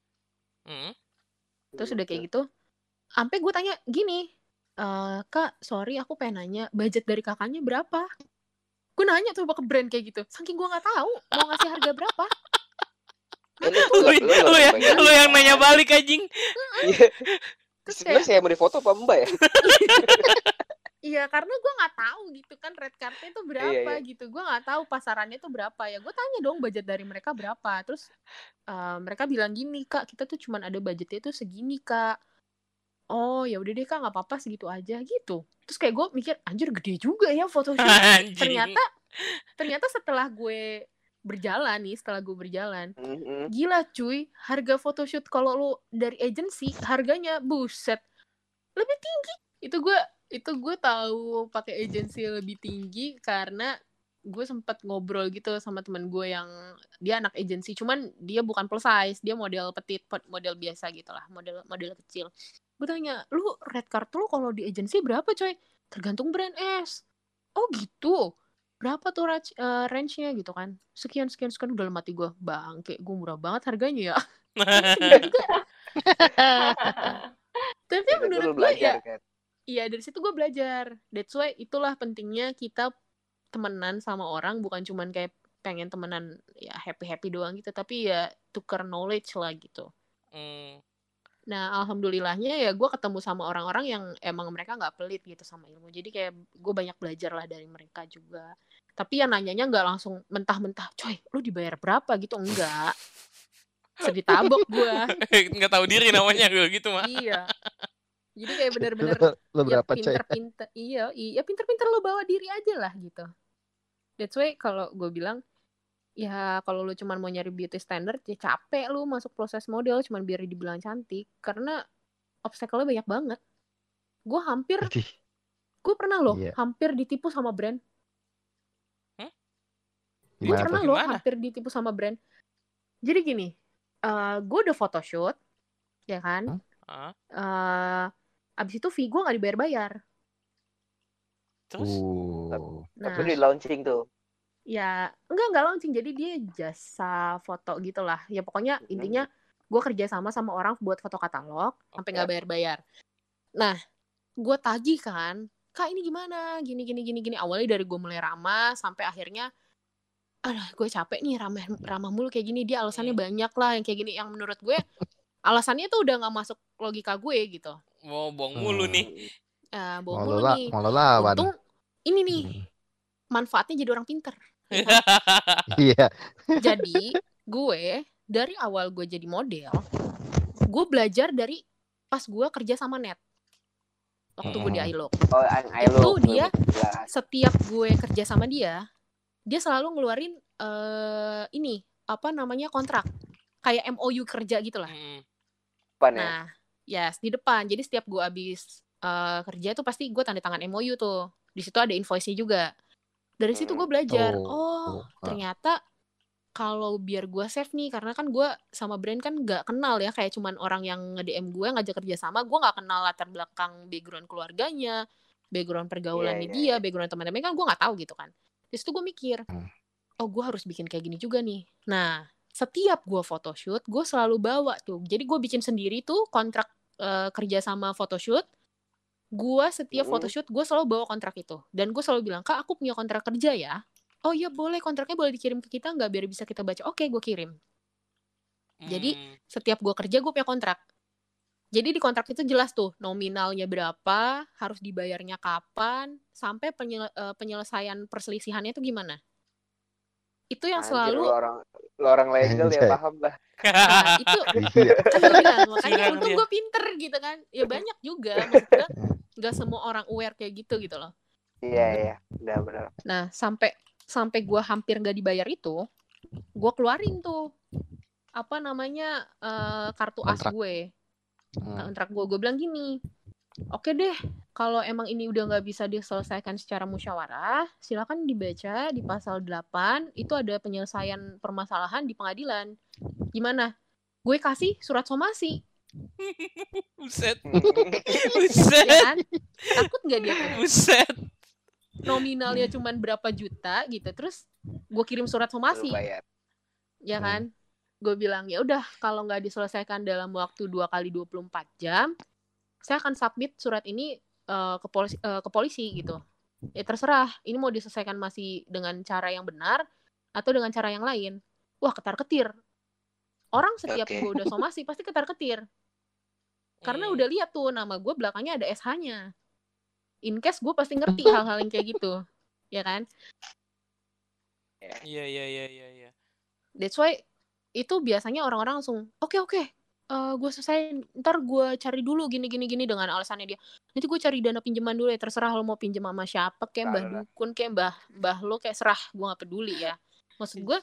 Sampai gue tanya gini, Kak, sorry aku pengen nanya, budget dari kakaknya berapa? Gue nanya tuh ke brand kayak gitu. Saking gue nggak tahu mau ngasih harga berapa. Lu yang nanya balik anjing. Terus Sebenarnya saya mau difoto apa Mbak ya? iya, karena gue nggak tahu gitu kan red cardnya itu berapa Iya. gitu. Gue nggak tahu pasarannya itu berapa ya. Gue tanya dong budget dari mereka berapa. Terus mereka bilang gini, Kak, kita tuh cuman ada budgetnya tuh segini, Kak. Oh ya udah deh Kak, nggak apa-apa segitu aja gitu. Terus kayak gue mikir, anjir gede juga ya photoshoot. Anjing. Ternyata setelah gue berjalan, Mhm. gila cuy, harga photoshoot kalau lu dari agency harganya buset lebih tinggi. Itu gue tahu pakai agensi lebih tinggi karena gue sempat ngobrol gitu sama teman gue yang dia anak agensi, cuman dia bukan plus size, dia model petit, model biasa gitulah, model kecil. Gue tanya, lu red card lu kalau di agensi berapa coy? Tergantung brand es. Oh gitu. Berapa tuh range-nya gitu kan? Sekian udah dalam hati gue, bangke, gue murah banget harganya ya. Tapi menurut gue ya, kan. iya dari situ gue belajar. That's why itulah pentingnya kita temenan sama orang, bukan cuman kayak pengen temenan ya happy doang gitu, tapi ya tukar knowledge lah gitu. Nah alhamdulillahnya ya gue ketemu sama orang-orang yang emang mereka nggak pelit gitu sama ilmu, jadi kayak gue banyak belajar lah dari mereka juga. Tapi ya nanyanya nggak langsung mentah-mentah, coy lu dibayar berapa gitu, enggak. Sedih tabok gue. Nggak tahu diri namanya gue gitu mah. Iya. Jadi kayak bener-bener Lo berapa ya pinter-pinter, iya pinter-pinter lo bawa diri aja lah gitu. That's why kalau gue bilang ya kalau lu cuman mau nyari beauty standard ya capek lu masuk proses model cuman biar dibilang cantik, karena obstacle-nya banyak banget. Gue pernah loh hampir ditipu sama brand. Gue pernah loh hampir ditipu sama brand. Jadi gini, gue udah photoshoot ya kan, abis itu fee gue nggak dibayar-bayar. Terus? Tapi di launching tuh. Ya, enggak launching. Jadi dia jasa foto gitulah. Ya pokoknya intinya gue kerja sama orang buat foto katalog sampai nggak bayar-bayar. Nah, gue tagih kan, Kak ini gimana? Gini. Awalnya dari gue mulai ramah sampai akhirnya, gue capek nih ramah mulu kayak gini. Dia alasannya banyak lah yang kayak gini. Yang menurut gue alasannya tuh udah nggak masuk logika gue gitu. Mau bohong mulu nih. Bohong mulu nih. Untung ini nih manfaatnya jadi orang pinter. Iya. Jadi gue dari awal gue jadi model, gue belajar dari pas gue kerja sama Net waktu gue di iLook. Itu dia setiap gue kerja sama dia selalu ngeluarin ini apa namanya kontrak kayak MOU kerja gitulah. Nah, yes di depan. Jadi setiap gue abis kerja tuh pasti gue tanda tangan MOU tuh. Di situ ada invoice-nya juga. Dari situ gue belajar, ternyata kalau biar gue save nih, karena kan gue sama brand kan gak kenal ya, kayak cuman orang yang nge-DM gue ngajak kerja sama, gue gak kenal latar belakang background keluarganya, background pergaulannya dia, background teman-temannya kan gue gak tahu gitu kan. Di situ gue mikir, gue harus bikin kayak gini juga nih. Nah, setiap gue photoshoot, gue selalu bawa tuh. Jadi gue bikin sendiri tuh kontrak kerja sama photoshoot. Gue setiap photoshoot gue selalu bawa kontrak itu, dan gue selalu bilang, Kak aku punya kontrak kerja ya. Oh iya boleh, kontraknya boleh dikirim ke kita nggak biar bisa kita baca. Oke, gue kirim. Jadi setiap gue kerja gue punya kontrak. Jadi di kontrak itu jelas tuh nominalnya berapa, harus dibayarnya kapan, sampai penyelesaian perselisihannya itu gimana. Itu yang selalu lo orang legal ya, paham lah. Nah itu bilang, makanya untung gue pinter gitu kan. Ya banyak juga, maksudnya nggak semua orang aware kayak gitu loh. Iya, benar. Nah sampai gue hampir nggak dibayar itu, gue keluarin tuh apa namanya kartu as gue, kontrak gue bilang gini, oke deh, kalau emang ini udah nggak bisa diselesaikan secara musyawarah, silakan dibaca di pasal 8 itu ada penyelesaian permasalahan di pengadilan. Gimana? Gue kasih surat somasi. Buset. Ya kan? Takut nggak dia? Buset. Nominalnya cuman berapa juta gitu, terus gue kirim surat somasi. Ya kan? Gue bilang ya udah, kalau nggak diselesaikan dalam waktu 2 kali 24 jam, saya akan submit surat ini ke polisi gitu. Ya terserah, ini mau diselesaikan masih dengan cara yang benar atau dengan cara yang lain. Wah, ketar-ketir. Orang setiap gue udah somasi pasti ketar-ketir. Karena udah lihat tuh nama gue belakangnya ada SH-nya. In case gue pasti ngerti hal-hal yang kayak gitu. Ya kan? Iya. That's why itu biasanya orang-orang langsung oke, gue selesai, ntar gue cari dulu gini dengan alasannya dia. Nanti gue cari dana pinjaman dulu ya, terserah lo mau pinjam sama siapa, kayak mbah dukun, kayak mbah lo, kayak serah, gue gak peduli ya. Maksud gue,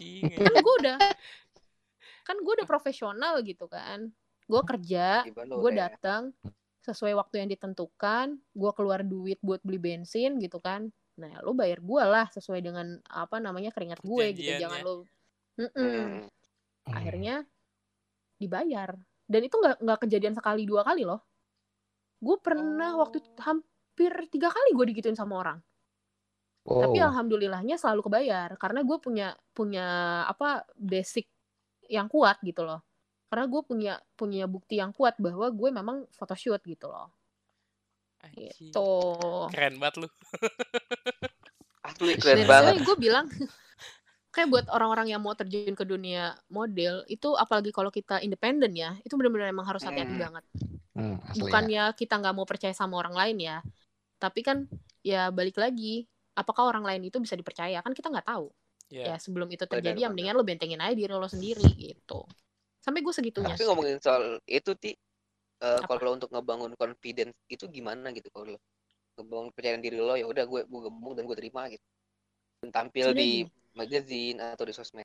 kan gue udah profesional gitu kan. Gue kerja, gue datang sesuai waktu yang ditentukan, gue keluar duit buat beli bensin gitu kan. Nah, lo bayar gue lah sesuai dengan keringat gue gitu. Jangan lo akhirnya dibayar. Dan itu nggak kejadian sekali 2 kali loh. Gue pernah waktu hampir 3 kali gue digituin sama orang. Tapi alhamdulillahnya selalu kebayar karena gue punya basic yang kuat gitu loh. Karena gue punya bukti yang kuat bahwa gue memang photoshoot gitu loh. Gitu. Keren banget lu. Asli keren banget. Gue bilang kayak buat orang-orang yang mau terjun ke dunia model itu, apalagi kalau kita independen ya, itu benar-benar emang harus hati-hati banget. Bukannya kita nggak mau percaya sama orang lain ya, tapi kan ya balik lagi, apakah orang lain itu bisa dipercaya, kan kita nggak tahu. Ya sebelum itu terjadi, ya mendingan lo bentengin aja diri lo sendiri gitu. Sampai gue segitunya. Tapi ngomongin soal itu kalau untuk ngebangun confidence itu gimana gitu, kalau ngebangun kepercayaan diri lo, ya udah gue gabung dan gue terima gitu, dan tampil di magazine atau di sosmed.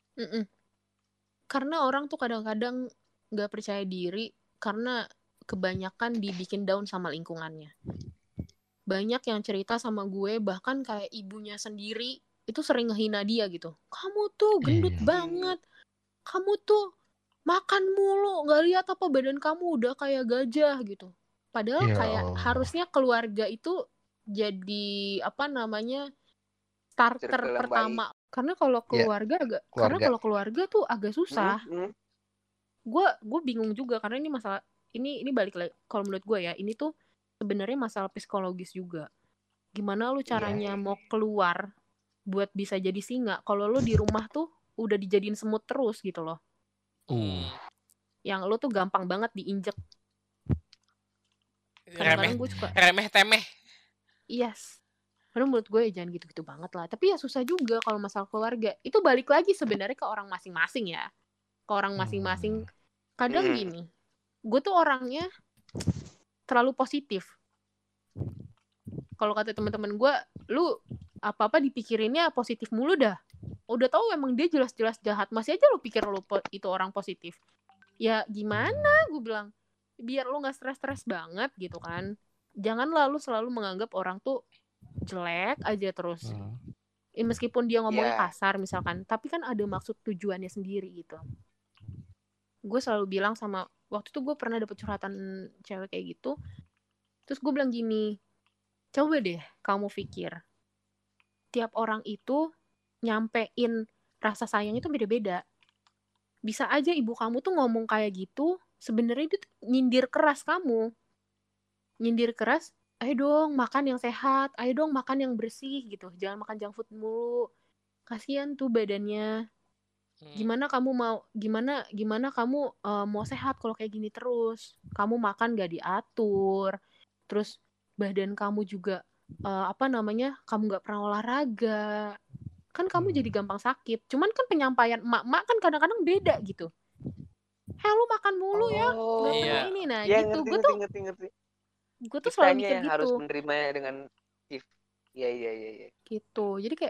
Karena orang tuh kadang-kadang nggak percaya diri karena kebanyakan dibikin down sama lingkungannya. Banyak yang cerita sama gue, bahkan kayak ibunya sendiri itu sering ngehina dia gitu. Kamu tuh gendut banget, kamu tuh makan mulu, nggak lihat apa badan kamu udah kayak gajah gitu. Padahal kayak harusnya keluarga itu jadi starter pertama. Karena kalau keluarga kalau keluarga tuh agak susah. Gue bingung juga karena ini masalah ini balik lagi, kalau menurut gue ya, ini tuh sebenarnya masalah psikologis juga. Gimana lu caranya mau keluar buat bisa jadi singa kalau lu di rumah tuh udah dijadiin semut terus gitu loh. Yang lu tuh gampang banget diinjek. Kadang-kadang gue suka remeh-temeh. Yes. Karena menurut gue ya jangan gitu-gitu banget lah. Tapi ya susah juga kalau masalah keluarga. Itu balik lagi sebenarnya ke orang masing-masing ya. Ke orang masing-masing. Kadang gini, gue tuh orangnya terlalu positif. Kalau kata teman-teman gue, lu apa-apa dipikirinnya positif mulu dah. Udah tahu emang dia jelas-jelas jahat, masih aja lu pikir lu itu orang positif. Ya gimana, gue bilang. Biar lu gak stres-stres banget gitu kan. Jangan lalu selalu menganggap orang tuh jelek aja terus. Meskipun dia ngomongnya kasar misalkan, tapi kan ada maksud tujuannya sendiri gitu. Gue selalu bilang sama, waktu itu gue pernah dapet curhatan cewek kayak gitu, terus gue bilang gini, coba deh kamu pikir, tiap orang itu nyampein rasa sayang itu beda-beda. Bisa aja ibu kamu tuh ngomong kayak gitu, sebenarnya itu nyindir keras kamu. Nyindir keras, ayo dong makan yang sehat, ayo dong makan yang bersih gitu, jangan makan junk food mulu, kasihan tuh badannya. Gimana kamu mau sehat kalau kayak gini terus? Kamu makan gak diatur, terus badan kamu juga kamu gak pernah olahraga, kan kamu jadi gampang sakit. Cuman kan penyampaian emak-emak kan kadang-kadang beda gitu. Lu makan mulu ya, gak pernah ini. Nah gitu, ngerti. Gue tuh selalu mikir yang gitu. harus menerimanya dengan iya. Gitu, jadi kayak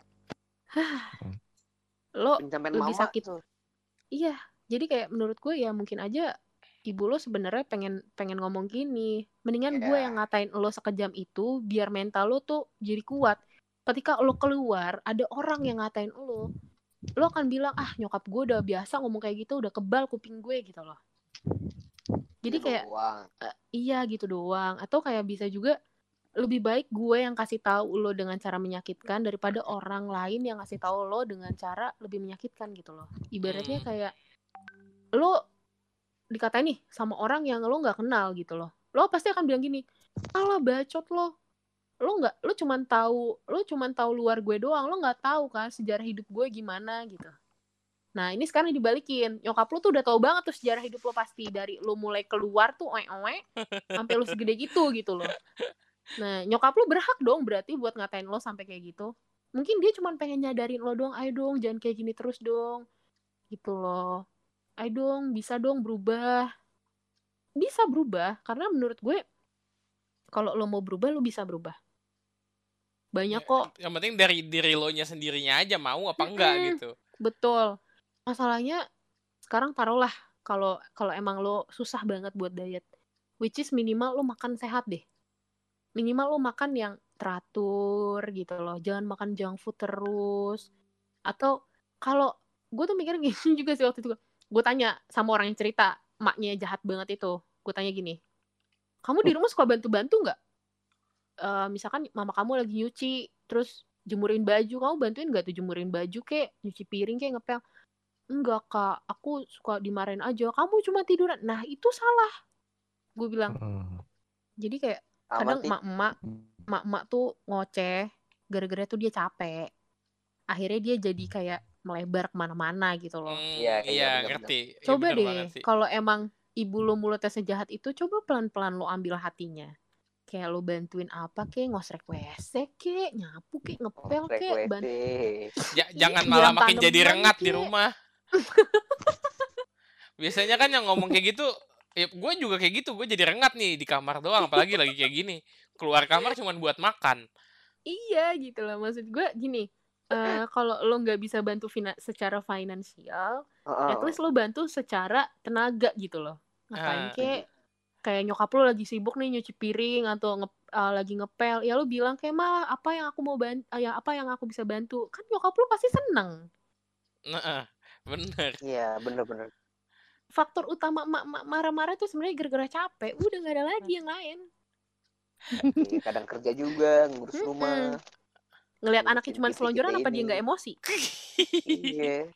lo lebih sakit tuh. Iya, jadi kayak menurut gue ya mungkin aja ibu lo sebenarnya pengen ngomong gini. Mendingan gue yang ngatain lo sekejam itu biar mental lo tuh jadi kuat. Ketika lo keluar, ada orang yang ngatain lo akan bilang, nyokap gue udah biasa ngomong kayak gitu, udah kebal kuping gue gitu loh. Jadi kayak iya gitu doang. Atau kayak bisa juga lebih baik gue yang kasih tahu lo dengan cara menyakitkan daripada orang lain yang kasih tahu lo dengan cara lebih menyakitkan gitu loh. Ibaratnya kayak lo dikatain nih sama orang yang lo nggak kenal gitu loh. Lo pasti akan bilang gini, alah bacot lo cuman tahu luar gue doang, lo nggak tahu kan sejarah hidup gue gimana gitu. Nah, ini sekarang dibalikin. Nyokap lu tuh udah tahu banget tuh sejarah hidup lo pasti. Dari lu mulai keluar tuh oe-oe, sampai lu segede gitu loh. Nah, nyokap lu berhak dong berarti buat ngatain lo sampai kayak gitu. Mungkin dia cuma pengen nyadarin lo dong, ayo dong jangan kayak gini terus dong. Gitu loh. Ayo dong, bisa dong berubah. Bisa berubah, karena menurut gue, kalau lo mau berubah, lo bisa berubah. Banyak kok. Yang penting dari diri lo nya sendirinya aja mau apa enggak gitu. Betul. Masalahnya sekarang taruhlah kalau emang lo susah banget buat diet, which is minimal lo makan sehat deh. Minimal lo makan yang teratur gitu loh. Jangan makan junk food terus. Atau kalau gue tuh mikir gini juga sih waktu itu. Gue tanya sama orang yang cerita emaknya jahat banget itu. Gue tanya gini, kamu di rumah suka bantu-bantu nggak? Misalkan mama kamu lagi nyuci, terus jemurin baju, kamu bantuin nggak tuh jemurin baju kek, nyuci piring kek, ngepel? Enggak kak, aku suka dimarahin aja. Kamu cuma tiduran. Nah itu salah. Gue bilang. Jadi kayak kadang mak-mak tuh ngoceh, gara-gara tuh dia capek. Akhirnya dia jadi kayak melebar kemana-mana gitu loh. Iya, ngerti. Coba ya, deh, kalau emang ibu lo mulutnya sejahat itu, coba pelan-pelan lo ambil hatinya. Kayak lo bantuin apa kek, ngosrek WC kek, nyapu kek, ngepel kek, jangan malah makin jadi rengat di rumah. Biasanya kan yang ngomong kayak gitu, ya gue juga kayak gitu, gue jadi rengat nih di kamar doang, apalagi lagi kayak gini. Keluar kamar cuma buat makan. Iya gitu loh, maksud gue gini, kalau lo nggak bisa bantu secara finansial, at least lo bantu secara tenaga gitu loh. Ngapain kayak nyokap lo lagi sibuk nih nyuci piring atau lagi ngepel, ya lo bilang kayak mah apa yang aku mau apa yang aku bisa bantu, kan nyokap lo pasti seneng. Nah, bener. Iya, bener. Faktor utama emak marah-marah tuh sebenarnya gara-gara capek, udah nggak ada lagi yang lain. Kadang kerja juga ngurus rumah. Ngelihat anaknya cuma selonjoran, apa dia nggak emosi? Iya.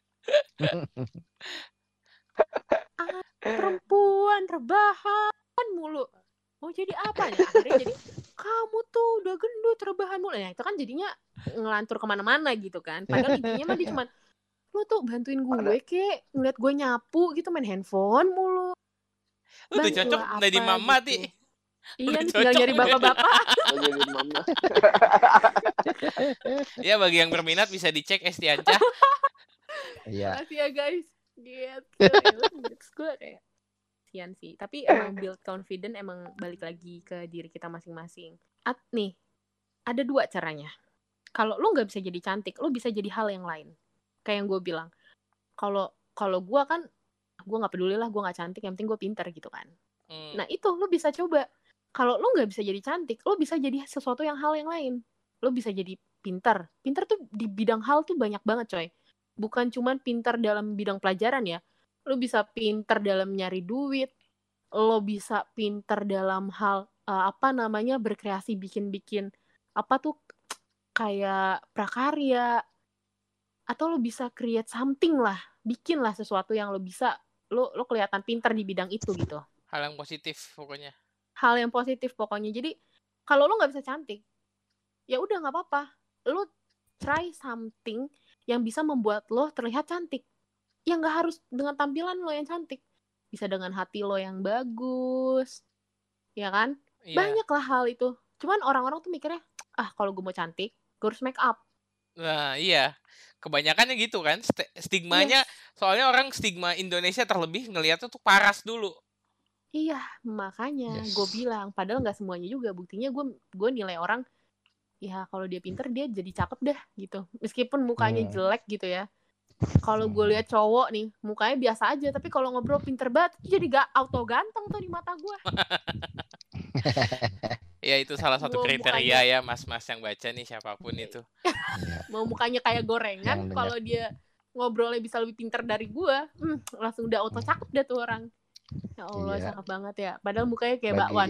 Perempuan rebahan mulu. Mau jadi apa ya? Akhirnya jadi kamu tuh udah gendut rebahan mulu. Ya itu kan jadinya ngelantur kemana-mana gitu kan. Padahal intinya mah dia cuma, lu tuh bantuin gue kek, ngeliat gue nyapu gitu, main handphone mulu. Lu udah cocok jadi mama gitu. Ti. Iya, tinggal nyari bapak-bapak. Jadi mama. Ya bagi yang berminat bisa dicek Estianca. Iya. Makasih ya guys. Gitu. Gue kayak sian sih. Tapi emang build confident emang balik lagi ke diri kita masing-masing. Nih, ada 2 caranya. Kalau lu nggak bisa jadi cantik, lu bisa jadi hal yang lain. Kayak yang gue bilang. Kalau gue kan, gue nggak peduli lah, gue nggak cantik, yang penting gue pintar gitu kan. Nah itu lu bisa coba. Kalau lu nggak bisa jadi cantik, lu bisa jadi sesuatu hal yang lain. Lu bisa jadi pintar. Pintar tuh di bidang hal tuh banyak banget coy. Bukan cuman pintar dalam bidang pelajaran ya. Lu bisa pintar dalam nyari duit. Lu bisa pintar dalam hal berkreasi, bikin apa tuh kayak prakarya. Atau lu bisa create something lah, bikin lah sesuatu yang lu bisa, lu kelihatan pintar di bidang itu gitu. Hal yang positif pokoknya. Hal yang positif pokoknya. Jadi kalau lu nggak bisa cantik, ya udah nggak apa-apa. Lu try something yang bisa membuat lo terlihat cantik. Ya nggak harus dengan tampilan lo yang cantik. Bisa dengan hati lo yang bagus, ya kan? Iya. Banyak lah hal itu. Cuman orang-orang tuh mikirnya, kalau gue mau cantik, gue harus make up. Nah iya, kebanyakannya gitu kan, stigmanya, soalnya orang stigma Indonesia terlebih ngelihatnya tuh paras dulu. Iya, makanya gue bilang, padahal nggak semuanya juga. Buktinya gue nilai orang, ya kalau dia pinter dia jadi cakep dah gitu. Meskipun mukanya jelek gitu ya. Kalau gue lihat cowok nih, mukanya biasa aja, tapi kalau ngobrol pinter banget, jadi gak auto ganteng tuh di mata gue. Ya itu salah satu kriteria ya mas-mas yang baca nih, siapapun itu. Mau mukanya kayak gorengan, kalau dia ngobrolnya bisa lebih pinter dari gue, langsung udah auto cakep dah tuh orang. Ya Allah, cakep banget ya. Padahal mukanya kayak bakwan.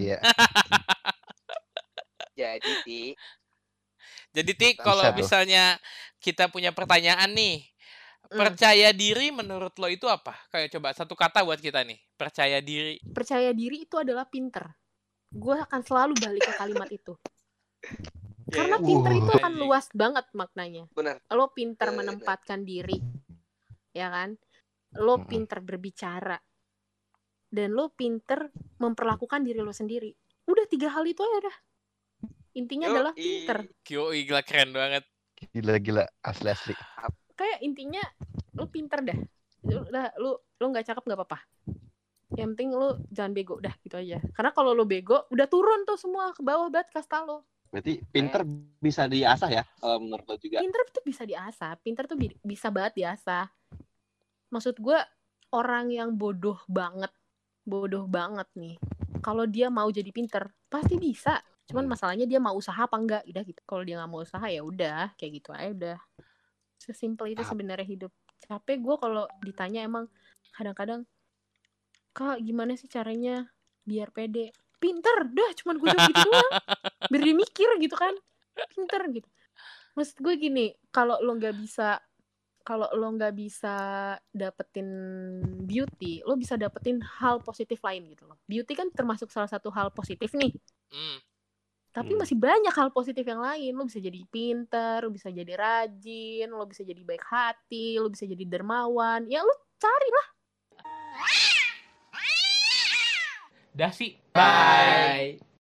Jadi Ti, kalau misalnya kita punya pertanyaan nih, percaya diri menurut lo itu apa? Kayak coba satu kata buat kita nih, percaya diri. Percaya diri itu adalah pinter. Gue akan selalu balik ke kalimat itu. Karena pinter itu kan luas banget maknanya. Benar. Lo pinter menempatkan diri. ya kan? Lo Mm-mm. pinter berbicara, dan lo pinter memperlakukan diri lo sendiri. Udah 3 hal itu aja dah. Intinya adalah pinter. Yoi, gila keren banget. Gila asli. Kayak intinya lo pinter dah. Lo nggak cakep nggak apa-apa. Yang penting lo jangan bego dah gitu aja. Karena kalau lo bego udah turun tuh semua ke bawah banget kasta lo. Berarti pinter bisa diasah ya menurut lo juga. Pinter tuh bisa diasah. Pinter tuh bisa banget diasah. Maksud gue orang yang bodoh banget nih. Kalau dia mau jadi pinter pasti bisa. Cuman masalahnya dia mau usaha apa enggak, udah gitu. Kalau dia nggak mau usaha ya udah kayak gitu aja udah. Sesimpel itu sebenarnya hidup. Capek gue kalau ditanya emang kadang-kadang, Kak gimana sih caranya biar pede? Pinter, dah cuman gue jawab gitu doang. Biar dia mikir gitu kan. Pinter gitu. Maksud gue gini, kalau lo nggak bisa dapetin beauty, lo bisa dapetin hal positif lain gitu loh. Beauty kan termasuk salah satu hal positif nih. Tapi masih banyak hal positif yang lain. Lo bisa jadi pinter, lo bisa jadi rajin, lo bisa jadi baik hati, lo bisa jadi dermawan. Ya lo carilah. Dah sih. Bye.